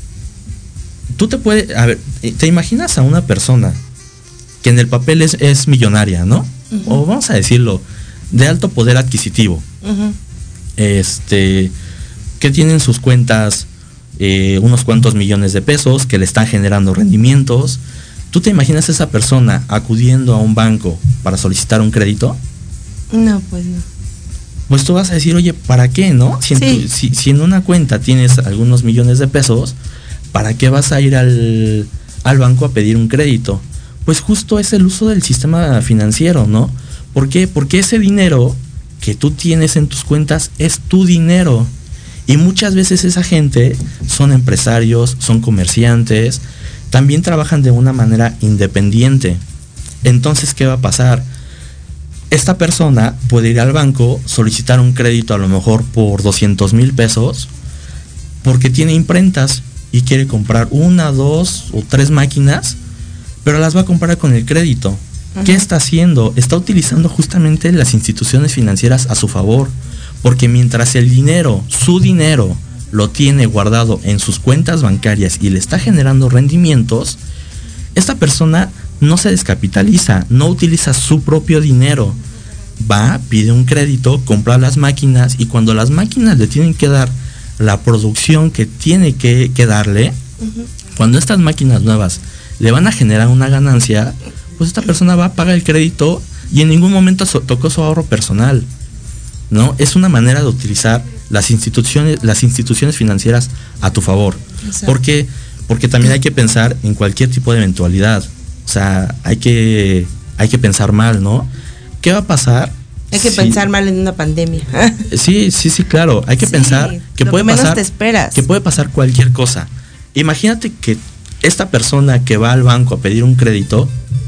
tú te puedes, a ver, te imaginas a una persona que en el papel es, es millonaria, ¿no? Uh-huh. O vamos a decirlo, de alto poder adquisitivo. Uh-huh. Este, que tienen sus cuentas eh, unos cuantos millones de pesos, que le están generando rendimientos. ¿Tú te imaginas a esa persona acudiendo a un banco para solicitar un crédito? No, pues no. Pues tú vas a decir, oye, ¿para qué, no? Si en, sí. tu, si, si en una cuenta tienes algunos millones de pesos, ¿para qué vas a ir al, al banco a pedir un crédito? Pues justo es el uso del sistema financiero, ¿no? ¿Por qué? Porque ese dinero que tú tienes en tus cuentas es tu dinero. Y muchas veces esa gente son empresarios, son comerciantes, también trabajan de una manera independiente. Entonces, ¿qué va a pasar? Esta persona puede ir al banco, solicitar un crédito a lo mejor por doscientos mil pesos, porque tiene imprentas y quiere comprar una, dos o tres máquinas, pero las va a comprar con el crédito. Uh-huh. ¿Qué está haciendo? Está utilizando justamente las instituciones financieras a su favor, porque mientras el dinero, su dinero, lo tiene guardado en sus cuentas bancarias y le está generando rendimientos, esta persona no se descapitaliza, no utiliza su propio dinero. Va, pide un crédito, compra las máquinas, y cuando las máquinas le tienen que dar la producción que tiene que, que darle, uh-huh. cuando estas máquinas nuevas le van a generar una ganancia, pues esta persona va a pagar el crédito y en ningún momento so, tocó su ahorro personal, ¿no? Es una manera de utilizar las instituciones, las instituciones financieras a tu favor. Exacto. Porque, porque también hay que pensar en cualquier tipo de eventualidad. O sea, hay que, hay que pensar mal, ¿no? ¿Qué va a pasar? Hay que si, pensar mal en una pandemia. Sí, sí, sí, claro. Hay que sí, pensar que puede que menos pasar. Te esperas. Que puede pasar cualquier cosa. Imagínate que esta persona que va al banco a pedir un crédito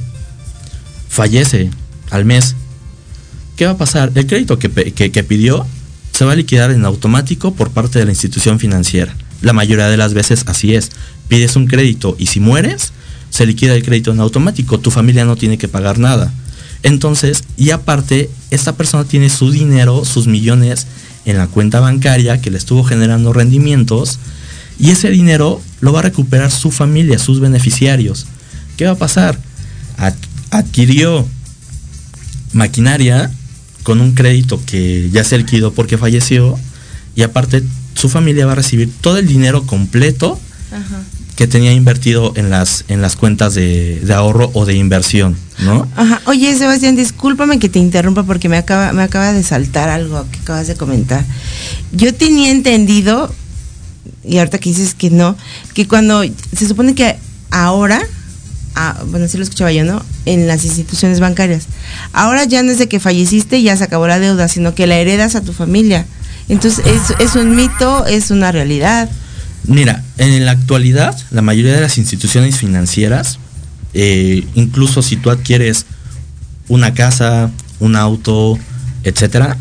fallece al mes. ¿Qué va a pasar? El crédito que, que, que pidió se va a liquidar en automático por parte de la institución financiera. La mayoría de las veces así es. Pides un crédito y si mueres, se liquida el crédito en automático. Tu familia no tiene que pagar nada. Entonces, y aparte, esta persona tiene su dinero, sus millones en la cuenta bancaria que le estuvo generando rendimientos, y ese dinero lo va a recuperar su familia, sus beneficiarios. ¿Qué va a pasar? Adquirió maquinaria con un crédito que ya se liquidó porque falleció, y aparte su familia va a recibir todo el dinero completo. Ajá. Que tenía invertido en las en las cuentas de, de ahorro o de inversión, ¿no? Ajá. Oye, Sebastián, discúlpame que te interrumpa porque me acaba me acaba de saltar algo que acabas de comentar. Yo tenía entendido, y ahorita que dices que no, que cuando se supone que ahora, ah, bueno, sí lo escuchaba yo, ¿no? En las instituciones bancarias, ahora ya no es de que falleciste y ya se acabó la deuda, sino que la heredas a tu familia. Entonces, ¿es, es un mito, es una realidad? Mira, en la actualidad, la mayoría de las instituciones financieras, eh, incluso si tú adquieres una casa, un auto, etcétera,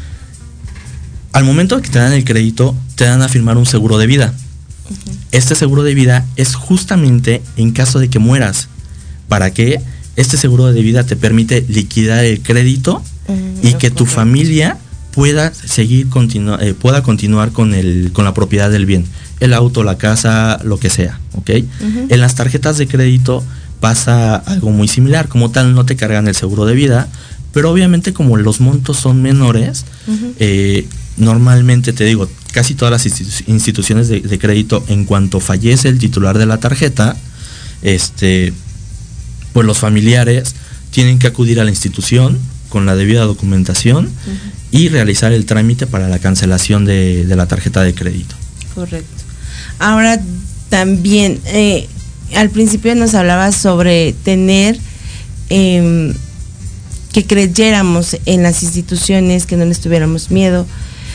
al momento de que te dan el crédito, te dan a firmar un seguro de vida. Uh-huh. Este seguro de vida es justamente en caso de que mueras. ¿Para qué? Este seguro de vida te permite liquidar el crédito uh-huh. y que tu familia pueda seguir continu- eh, pueda continuar con el con la propiedad del bien, el auto, la casa, lo que sea, ¿ok? Uh-huh. En las tarjetas de crédito pasa algo muy similar. Como tal, no te cargan el seguro de vida, pero obviamente como los montos son menores, uh-huh. eh, normalmente, te digo, casi todas las institu- instituciones de, de crédito, en cuanto fallece el titular de la tarjeta, este, pues los familiares tienen que acudir a la institución con la debida documentación uh-huh. y realizar el trámite para la cancelación de, de la tarjeta de crédito. Correcto. Ahora también, eh, al principio nos hablabas sobre tener, eh, que creyéramos en las instituciones, que no les tuviéramos miedo.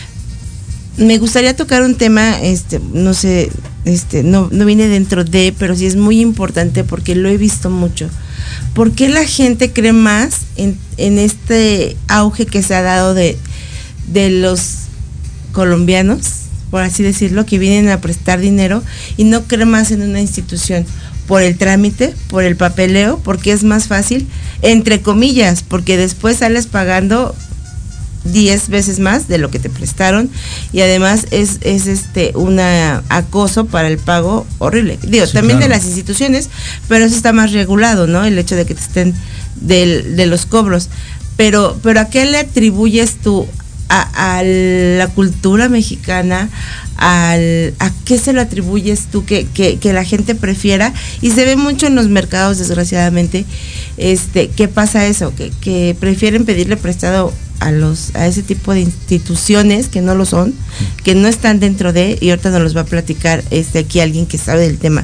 Me gustaría tocar un tema, este, no sé, este, no, no viene dentro de, pero sí es muy importante porque lo he visto mucho. ¿Por qué la gente cree más en, en este auge que se ha dado de, de los colombianos por así decirlo, que vienen a prestar dinero y no creen más en una institución por el trámite, por el papeleo, porque es más fácil, entre comillas, porque después sales pagando diez veces más de lo que te prestaron y además es, es este una acoso para el pago horrible. Digo, sí, también claro, de las instituciones, pero eso está más regulado, ¿no? El hecho de que te estén del, de los cobros. Pero, pero ¿a qué le atribuyes tú? A, a la cultura mexicana, al, ¿a qué se lo atribuyes tú que, que, que la gente prefiera? Y se ve mucho en los mercados, desgraciadamente, este, ¿qué pasa eso? Que, que prefieren pedirle prestado a los a ese tipo de instituciones que no lo son, que no están dentro de, y ahorita nos los va a platicar este aquí alguien que sabe del tema.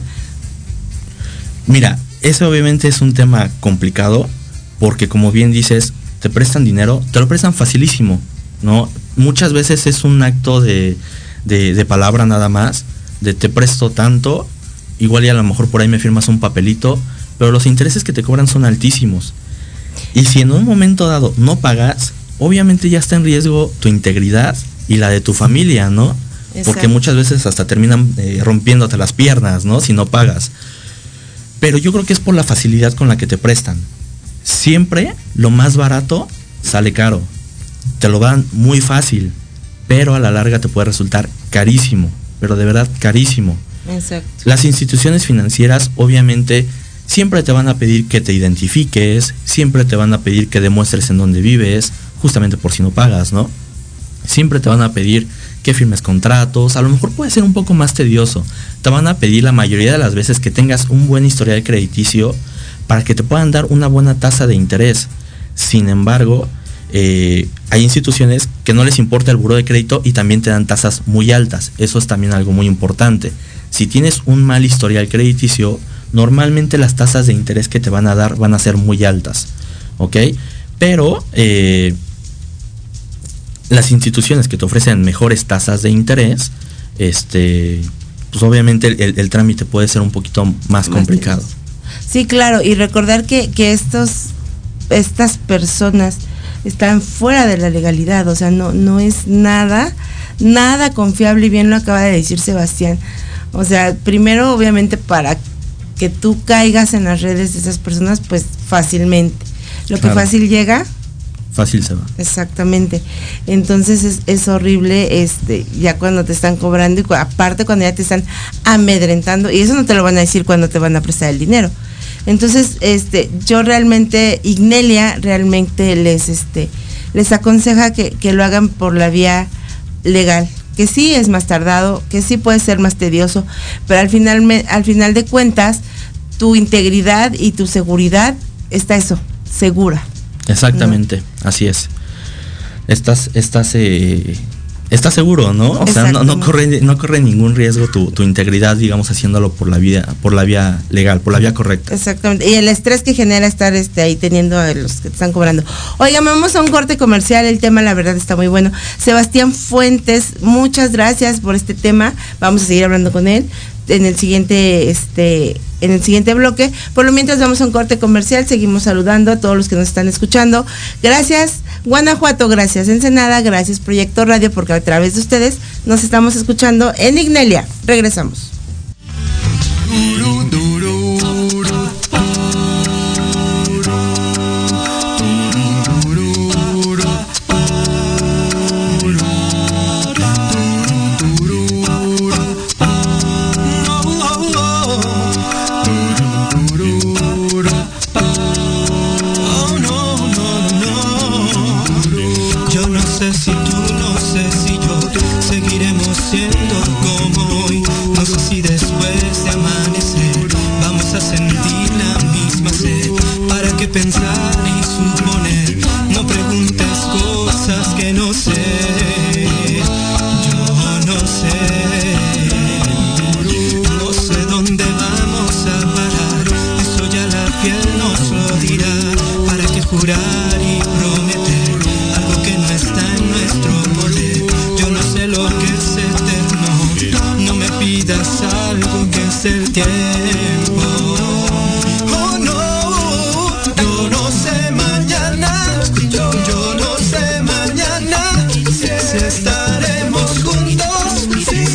Mira, ese obviamente es un tema complicado, porque como bien dices, te prestan dinero, te lo prestan facilísimo, ¿no? Muchas veces es un acto de, de, de palabra nada más, de te presto tanto, igual y a lo mejor por ahí me firmas un papelito, pero los intereses que te cobran son altísimos. Y si en un momento dado no pagas, obviamente ya está en riesgo tu integridad y la de tu familia, ¿no? Exacto. Porque muchas veces hasta terminan eh, rompiéndote las piernas, ¿no? Si no pagas. Pero yo creo que es por la facilidad con la que te prestan. Siempre lo más barato sale caro. Te lo dan muy fácil, pero a la larga te puede resultar carísimo, pero de verdad carísimo. Exacto. Las instituciones financieras obviamente siempre te van a pedir que te identifiques, siempre te van a pedir que demuestres en dónde vives, justamente por si no pagas, ¿no? Siempre te van a pedir que firmes contratos, a lo mejor puede ser un poco más tedioso. Te van a pedir la mayoría de las veces que tengas un buen historial crediticio para que te puedan dar una buena tasa de interés. Sin embargo, eh, hay instituciones que no les importa el buró de crédito y también te dan tasas muy altas. Eso es también algo muy importante. Si tienes un mal historial crediticio, normalmente las tasas de interés que te van a dar van a ser muy altas, ¿ok? Pero eh, las instituciones que te ofrecen mejores tasas de interés, este, pues obviamente el, el trámite puede ser un poquito más complicado. Sí, claro, y recordar que, que estos, estas personas están fuera de la legalidad, o sea, no, no es nada, nada confiable, y bien lo acaba de decir Sebastián. O sea, primero obviamente para que tú caigas en las redes de esas personas, pues fácilmente. Lo claro. que fácil llega, fácil se va. Exactamente. Entonces es, es horrible este ya cuando te están cobrando y cu- aparte cuando ya te están amedrentando, y eso no te lo van a decir cuando te van a prestar el dinero. Entonces, este, yo realmente, Ignelia realmente les este les aconseja que, que lo hagan por la vía legal, que sí es más tardado, que sí puede ser más tedioso, pero al final me, al final de cuentas, tu integridad y tu seguridad está eso, segura. Exactamente, ¿no? Así es. Estás, estás, eh, estás seguro, ¿no? O sea, no, no corre, no corre ningún riesgo tu, tu integridad, digamos, haciéndolo por la vía, por la vía legal, por la vía correcta. Exactamente. Y el estrés que genera estar este ahí teniendo a los que te están cobrando. Oigan, vamos a un corte comercial. El tema, la verdad, está muy bueno. Sebastián Fuentes, muchas gracias por este tema. Vamos a seguir hablando con él en el siguiente, este, en el siguiente bloque. Por lo mientras vamos a un corte comercial, seguimos saludando a todos los que nos están escuchando. Gracias, Guanajuato, gracias, Ensenada, gracias, Proyecto Radio, porque a través de ustedes nos estamos escuchando en Ignelia. Regresamos. Pensar y suponer, no preguntes cosas que no sé, yo no sé, no sé dónde vamos a parar, eso ya la piel nos lo dirá, para qué jurar y prometer algo que no está en nuestro poder, yo no sé lo que es eterno, no me pidas algo que es el tiempo. Estaremos juntos,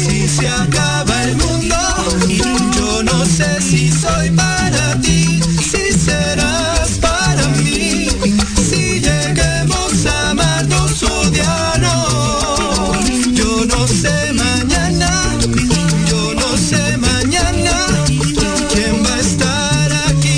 Yo no sé si soy para ti, si serás para mí, si lleguemos a amarnos, odiarnos. Yo no sé mañana, yo no sé mañana quién va a estar aquí.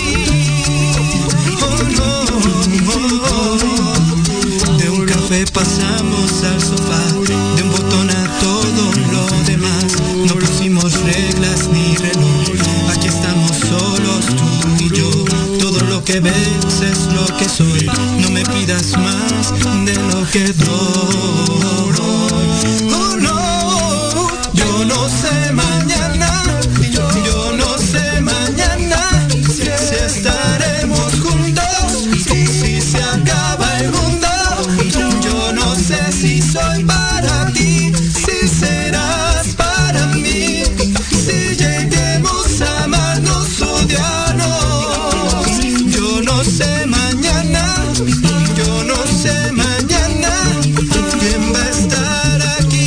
Oh no, oh, oh. De un café pasamos al sofá, de un botón a todo lo demás. No pusimos reglas ni reloj, aquí estamos solos tú y yo. Todo lo que ves es lo que soy, no me pidas más de lo que doy. Oh no, yo no sé mañana, yo, yo no sé mañana si, si estaremos juntos, si, si se acaba el mundo. Yo no sé si soy para ti, si serás para mí, si lleguemos a amarnos, odiarnos. Yo no sé mañana, yo no sé mañana quién va a estar aquí.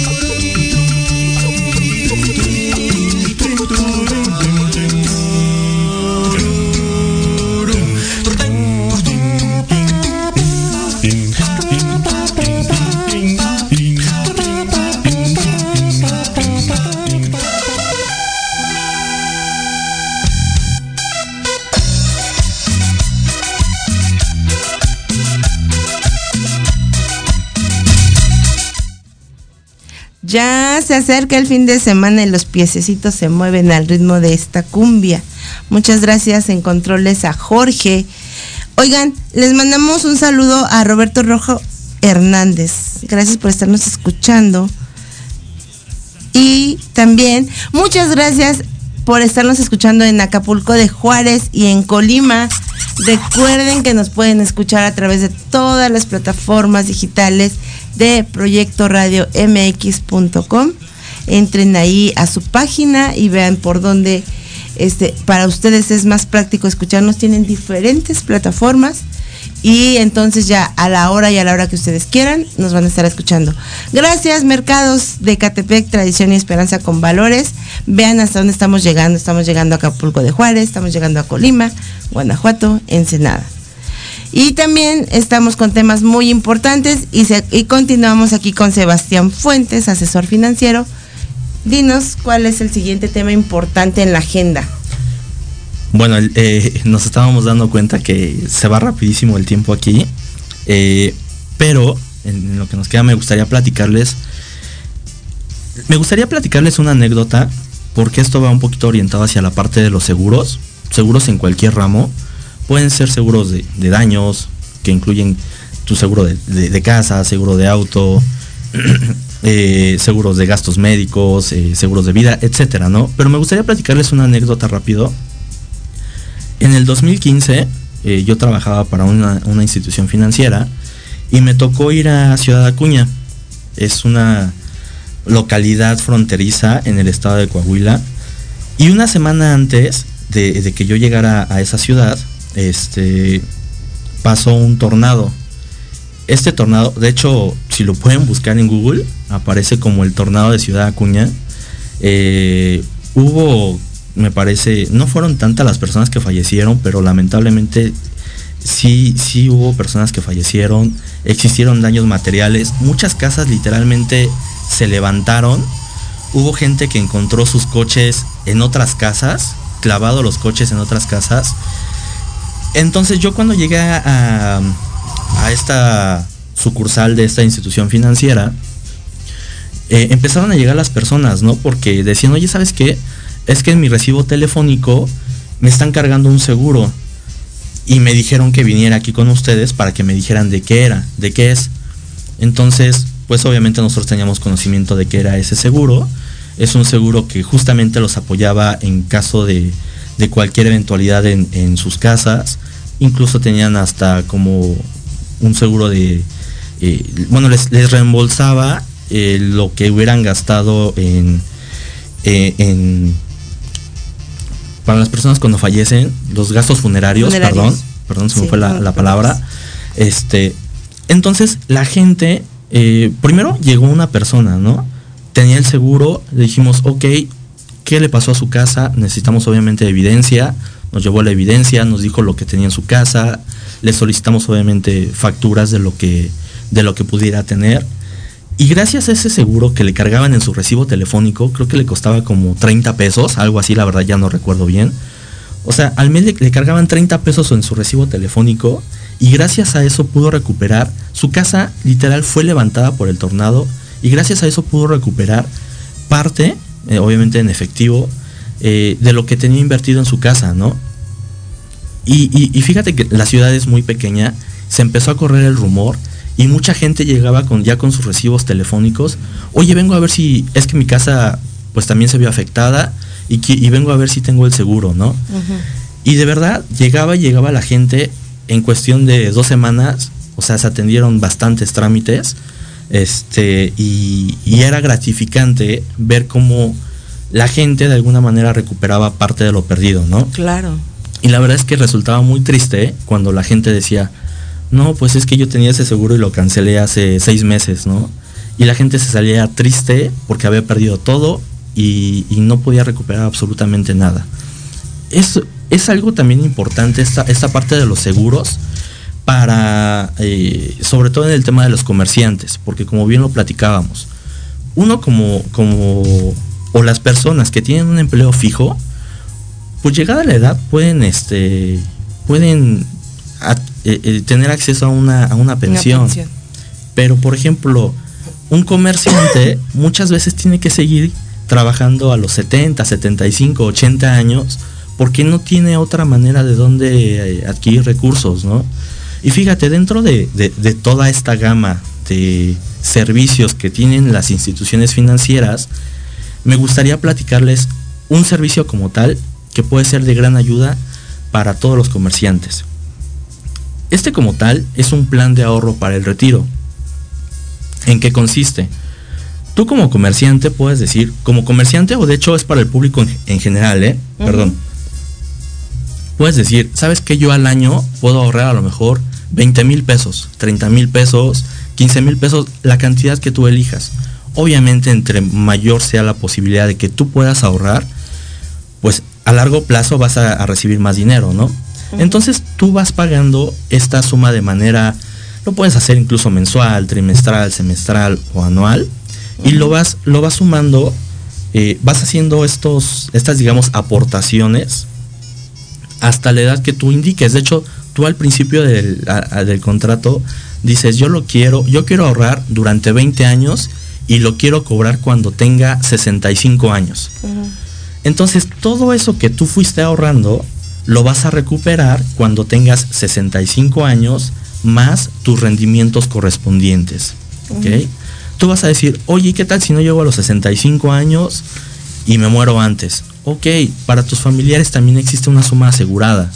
Ya se acerca el fin de semana y los piececitos se mueven al ritmo de esta cumbia. Muchas gracias en controles a Jorge. Oigan, les mandamos un saludo a Roberto Rojo Hernández. Gracias por estarnos escuchando. Y también muchas gracias por estarnos escuchando en Acapulco de Juárez y en Colima. Recuerden que nos pueden escuchar a través de todas las plataformas digitales de proyecto radio m x punto com. Entren ahí a su página y vean por dónde este, para ustedes es más práctico escucharnos. Tienen diferentes plataformas y entonces ya a la hora y a la hora que ustedes quieran nos van a estar escuchando. Gracias, Mercados de Ecatepec, tradición y esperanza con valores. Vean hasta dónde estamos llegando. Estamos llegando a Acapulco de Juárez, estamos llegando a Colima, Guanajuato, Ensenada. Y también estamos con temas muy importantes y, se, y continuamos aquí con Sebastián Fuentes, asesor financiero. Dinos cuál es el siguiente tema importante en la agenda. Bueno, eh, nos estábamos dando cuenta que se va rapidísimo el tiempo aquí, eh, pero en lo que nos queda me gustaría platicarles, me gustaría platicarles una anécdota, porque esto va un poquito orientado hacia la parte de los seguros, seguros en cualquier ramo. Pueden ser seguros de, de daños, que incluyen tu seguro de, de, de casa, seguro de auto, eh, seguros de gastos médicos, eh, seguros de vida, etcétera, ¿no? Pero me gustaría platicarles una anécdota rápido. En el dos mil quince eh, yo trabajaba para una, una institución financiera y me tocó ir a Ciudad Acuña. Es una localidad fronteriza en el estado de Coahuila. Y una semana antes de, de que yo llegara a esa ciudad, este pasó un tornado. Este tornado, de hecho, si lo pueden buscar en Google, aparece como el tornado de Ciudad Acuña. Eh, hubo, me parece, no fueron tantas las personas que fallecieron, pero lamentablemente sí, sí hubo personas que fallecieron. Existieron daños materiales. Muchas casas literalmente se levantaron. Hubo gente que encontró sus coches en otras casas, clavado los coches en otras casas. Entonces yo cuando llegué a, a esta sucursal de esta institución financiera, eh, empezaron a llegar las personas, ¿no? Porque decían, oye, ¿sabes qué? Es que en mi recibo telefónico me están cargando un seguro y me dijeron que viniera aquí con ustedes para que me dijeran de qué era, de qué es. Entonces, pues obviamente nosotros teníamos conocimiento de qué era ese seguro. Es un seguro que justamente los apoyaba en caso de, de cualquier eventualidad en, en sus casas. Incluso tenían hasta como un seguro de, eh, bueno, les, les reembolsaba eh, lo que hubieran gastado en, eh, en, para las personas cuando fallecen, los gastos funerarios, funerarios. perdón, perdón, se me sí, fue la, la palabra. Este, entonces la gente, eh, primero llegó una persona, ¿no? Tenía el seguro, le dijimos, ok, qué le pasó a su casa, necesitamos obviamente evidencia, nos llevó la evidencia, nos dijo lo que tenía en su casa, le solicitamos obviamente facturas de lo que, de lo que pudiera tener. Y gracias a ese seguro que le cargaban en su recibo telefónico, creo que le costaba como treinta pesos, algo así, la verdad ya no recuerdo bien. O sea, al mes le, le cargaban treinta pesos en su recibo telefónico y gracias a eso pudo recuperar. Su casa literal fue levantada por el tornado y gracias a eso pudo recuperar parte, eh, obviamente en efectivo, eh, de lo que tenía invertido en su casa, ¿no? Y, y, y fíjate que la ciudad es muy pequeña, se empezó a correr el rumor y mucha gente llegaba con, ya con sus recibos telefónicos. Oye, vengo a ver si es que mi casa pues también se vio afectada y, y vengo a ver si tengo el seguro, ¿no? Uh-huh. Y de verdad llegaba y llegaba la gente en cuestión de dos semanas, o sea, se atendieron bastantes trámites, este, y, y era gratificante ver cómo la gente de alguna manera recuperaba parte de lo perdido, ¿no? Claro. Y la verdad es que resultaba muy triste cuando la gente decía, no, pues es que yo tenía ese seguro y lo cancelé hace seis meses, ¿no? Y la gente se salía triste porque había perdido todo y, y no podía recuperar absolutamente nada. Es, es algo también importante esta, esta parte de los seguros para, eh, sobre todo en el tema de los comerciantes, porque como bien lo platicábamos, uno como, como, o las personas que tienen un empleo fijo, pues llegada la edad pueden, este, pueden a, eh, eh, tener acceso a una, a una pensión. Una pensión. Pero, por ejemplo, un comerciante muchas veces tiene que seguir trabajando a los setenta, setenta y cinco, ochenta años porque no tiene otra manera de dónde adquirir recursos, ¿no? Y fíjate, dentro de, de, de toda esta gama de servicios que tienen las instituciones financieras, me gustaría platicarles un servicio como tal que puede ser de gran ayuda para todos los comerciantes. Este como tal es un plan de ahorro para el retiro. ¿En qué consiste? Tú como comerciante puedes decir, como comerciante, o de hecho es para el público en, en general, ¿eh? Uh-huh. Perdón. Puedes decir, ¿sabes qué? Yo al año puedo ahorrar a lo mejor veinte mil pesos, treinta mil pesos, quince mil pesos, la cantidad que tú elijas. Obviamente, entre mayor sea la posibilidad de que tú puedas ahorrar, pues a largo plazo vas a, a recibir más dinero, ¿no? Uh-huh. Entonces tú vas pagando esta suma de manera, lo puedes hacer incluso mensual, trimestral, semestral o anual, uh-huh. y lo vas, lo vas sumando, eh, vas haciendo estos, estas digamos aportaciones hasta la edad que tú indiques. De hecho, tú al principio del, a, a, del contrato dices, yo lo quiero, yo quiero ahorrar durante veinte años y lo quiero cobrar cuando tenga sesenta y cinco años. Uh-huh. Entonces, todo eso que tú fuiste ahorrando, lo vas a recuperar cuando tengas sesenta y cinco años más tus rendimientos correspondientes. Uh-huh. ¿Okay? Tú vas a decir, oye, ¿qué tal si no llego a los sesenta y cinco años y me muero antes? Ok, para tus familiares también existe una suma asegurada.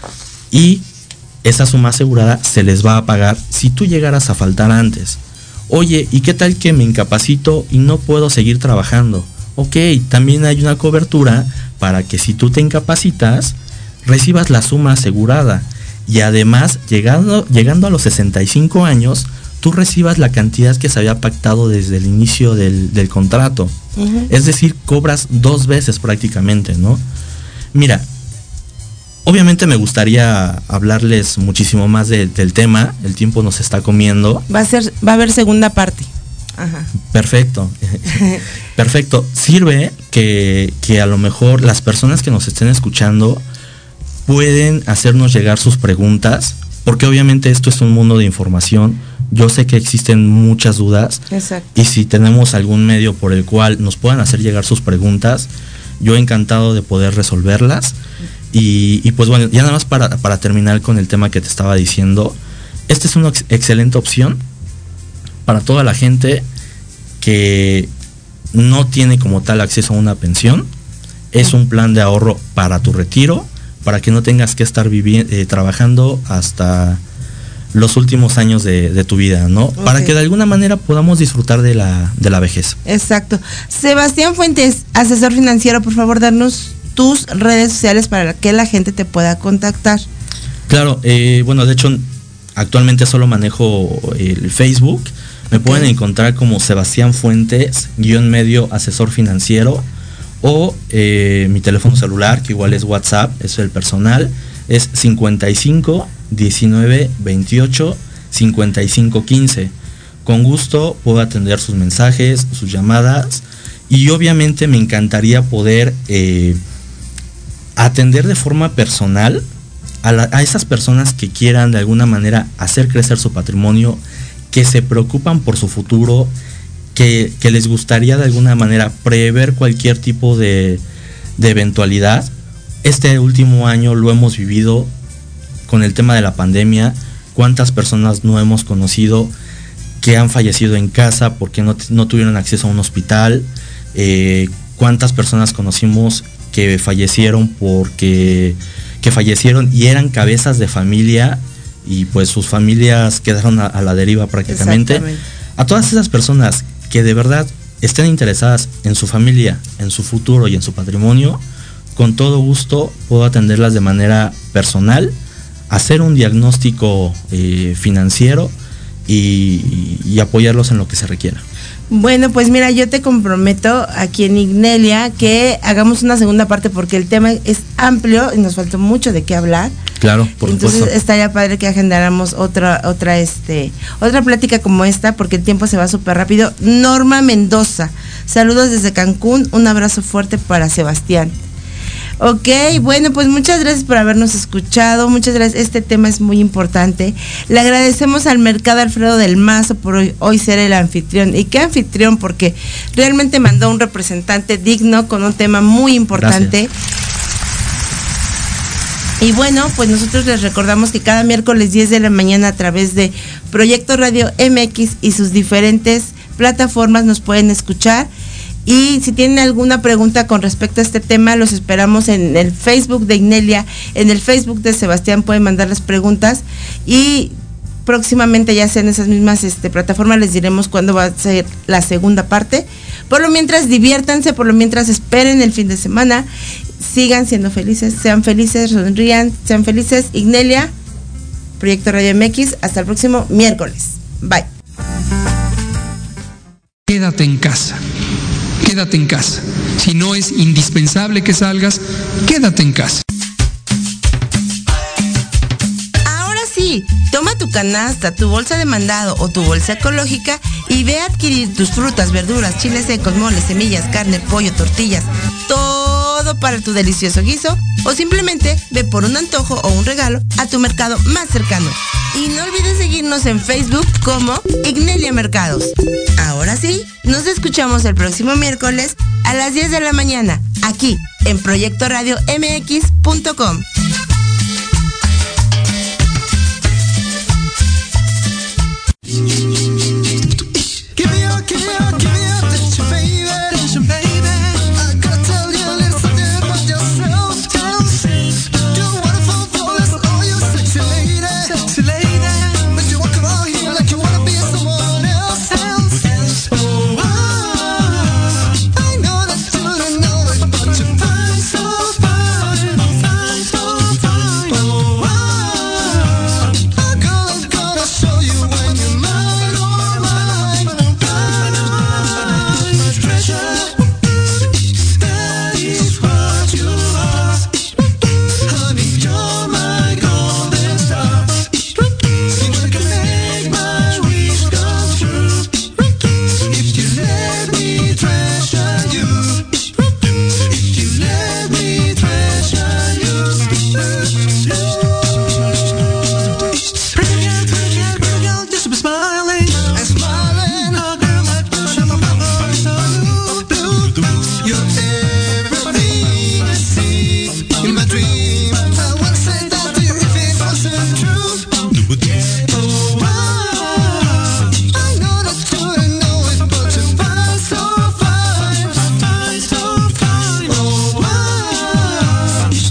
Y esa suma asegurada se les va a pagar si tú llegaras a faltar antes. Oye, ¿y qué tal que me incapacito y no puedo seguir trabajando? Ok, también hay una cobertura para que si tú te incapacitas, recibas la suma asegurada. Y además, llegando, llegando a los sesenta y cinco años, tú recibas la cantidad que se había pactado desde el inicio del, del contrato. Uh-huh. Es decir, cobras dos veces prácticamente, ¿no? Mira, obviamente me gustaría hablarles muchísimo más de, del tema. El tiempo nos está comiendo. Va a ser, va a haber segunda parte. Ajá. Perfecto. Perfecto. Sirve que, que a lo mejor las personas que nos estén escuchando pueden hacernos llegar sus preguntas, porque obviamente esto es un mundo de información. Yo sé que existen muchas dudas. Exacto. Y si tenemos algún medio por el cual nos puedan hacer llegar sus preguntas, yo encantado de poder resolverlas. Y, y pues bueno, ya nada más para, para terminar con el tema que te estaba diciendo, esta es una ex- excelente opción para toda la gente que no tiene como tal acceso a una pensión. Es un plan de ahorro para tu retiro, para que no tengas que estar vivi- eh, trabajando hasta los últimos años de, de tu vida, ¿no? Okay. Para que de alguna manera podamos disfrutar de la, de la vejez. Exacto. Sebastián Fuentes, asesor financiero, por favor, darnos tus redes sociales para que la gente te pueda contactar. Claro, eh, bueno, de hecho, actualmente solo manejo el Facebook. Me okay. pueden encontrar como Sebastián Fuentes, guión medio asesor financiero, o eh, mi teléfono celular, que igual es WhatsApp, es el personal, es cincuenta y cinco, diecinueve, veintiocho, cincuenta y cinco, quince. Con gusto puedo atender sus mensajes, sus llamadas, y obviamente me encantaría poder eh, atender de forma personal a, la, a esas personas que quieran de alguna manera hacer crecer su patrimonio, que se preocupan por su futuro, que, que les gustaría de alguna manera prever cualquier tipo de, de eventualidad. Este último año lo hemos vivido con el tema de la pandemia. ¿Cuántas personas no hemos conocido que han fallecido en casa porque no, no tuvieron acceso a un hospital? Eh, ¿Cuántas personas conocimos que fallecieron porque que fallecieron y eran cabezas de familia y pues sus familias quedaron a, a la deriva prácticamente? A todas esas personas que de verdad estén interesadas en su familia, en su futuro y en su patrimonio, con todo gusto puedo atenderlas de manera personal, hacer un diagnóstico eh, financiero y, y apoyarlos en lo que se requiera. Bueno, pues mira, yo te comprometo aquí en Ignelia que hagamos una segunda parte porque el tema es amplio y nos faltó mucho de qué hablar. Claro, por Entonces supuesto. estaría padre que agendáramos otra, otra, este, otra plática como esta, porque el tiempo se va súper rápido. Norma Mendoza, saludos desde Cancún, un abrazo fuerte para Sebastián. Ok, bueno, pues muchas gracias por habernos escuchado, muchas gracias, este tema es muy importante. Le agradecemos al Mercado Alfredo del Mazo por hoy, hoy ser el anfitrión. ¿Y qué anfitrión? Porque realmente mandó un representante digno con un tema muy importante. Gracias. Y bueno, pues nosotros les recordamos que cada miércoles diez de la mañana a través de Proyecto Radio M X y sus diferentes plataformas nos pueden escuchar. Y si tienen alguna pregunta con respecto a este tema, los esperamos en el Facebook de Ignelia, en el Facebook de Sebastián pueden mandar las preguntas y próximamente ya sea en esas mismas este, plataformas les diremos cuándo va a ser la segunda parte. Por lo mientras diviértanse, por lo mientras esperen el fin de semana, sigan siendo felices, sean felices, sonrían, sean felices. Ignelia, Proyecto Radio M X, hasta el próximo miércoles. Bye. Quédate en casa. Quédate en casa. Si no es indispensable que salgas, quédate en casa. Ahora sí, toma tu canasta, tu bolsa de mandado o tu bolsa ecológica y ve a adquirir tus frutas, verduras, chiles secos, moles, semillas, carne, pollo, tortillas, todo para tu delicioso guiso, o simplemente ve por un antojo o un regalo a tu mercado más cercano. Y no olvides seguirnos en Facebook como Ignelia Mercados. Ahora sí, nos escuchamos el próximo miércoles a las diez de la mañana, aquí en Proyecto Radio M X punto com.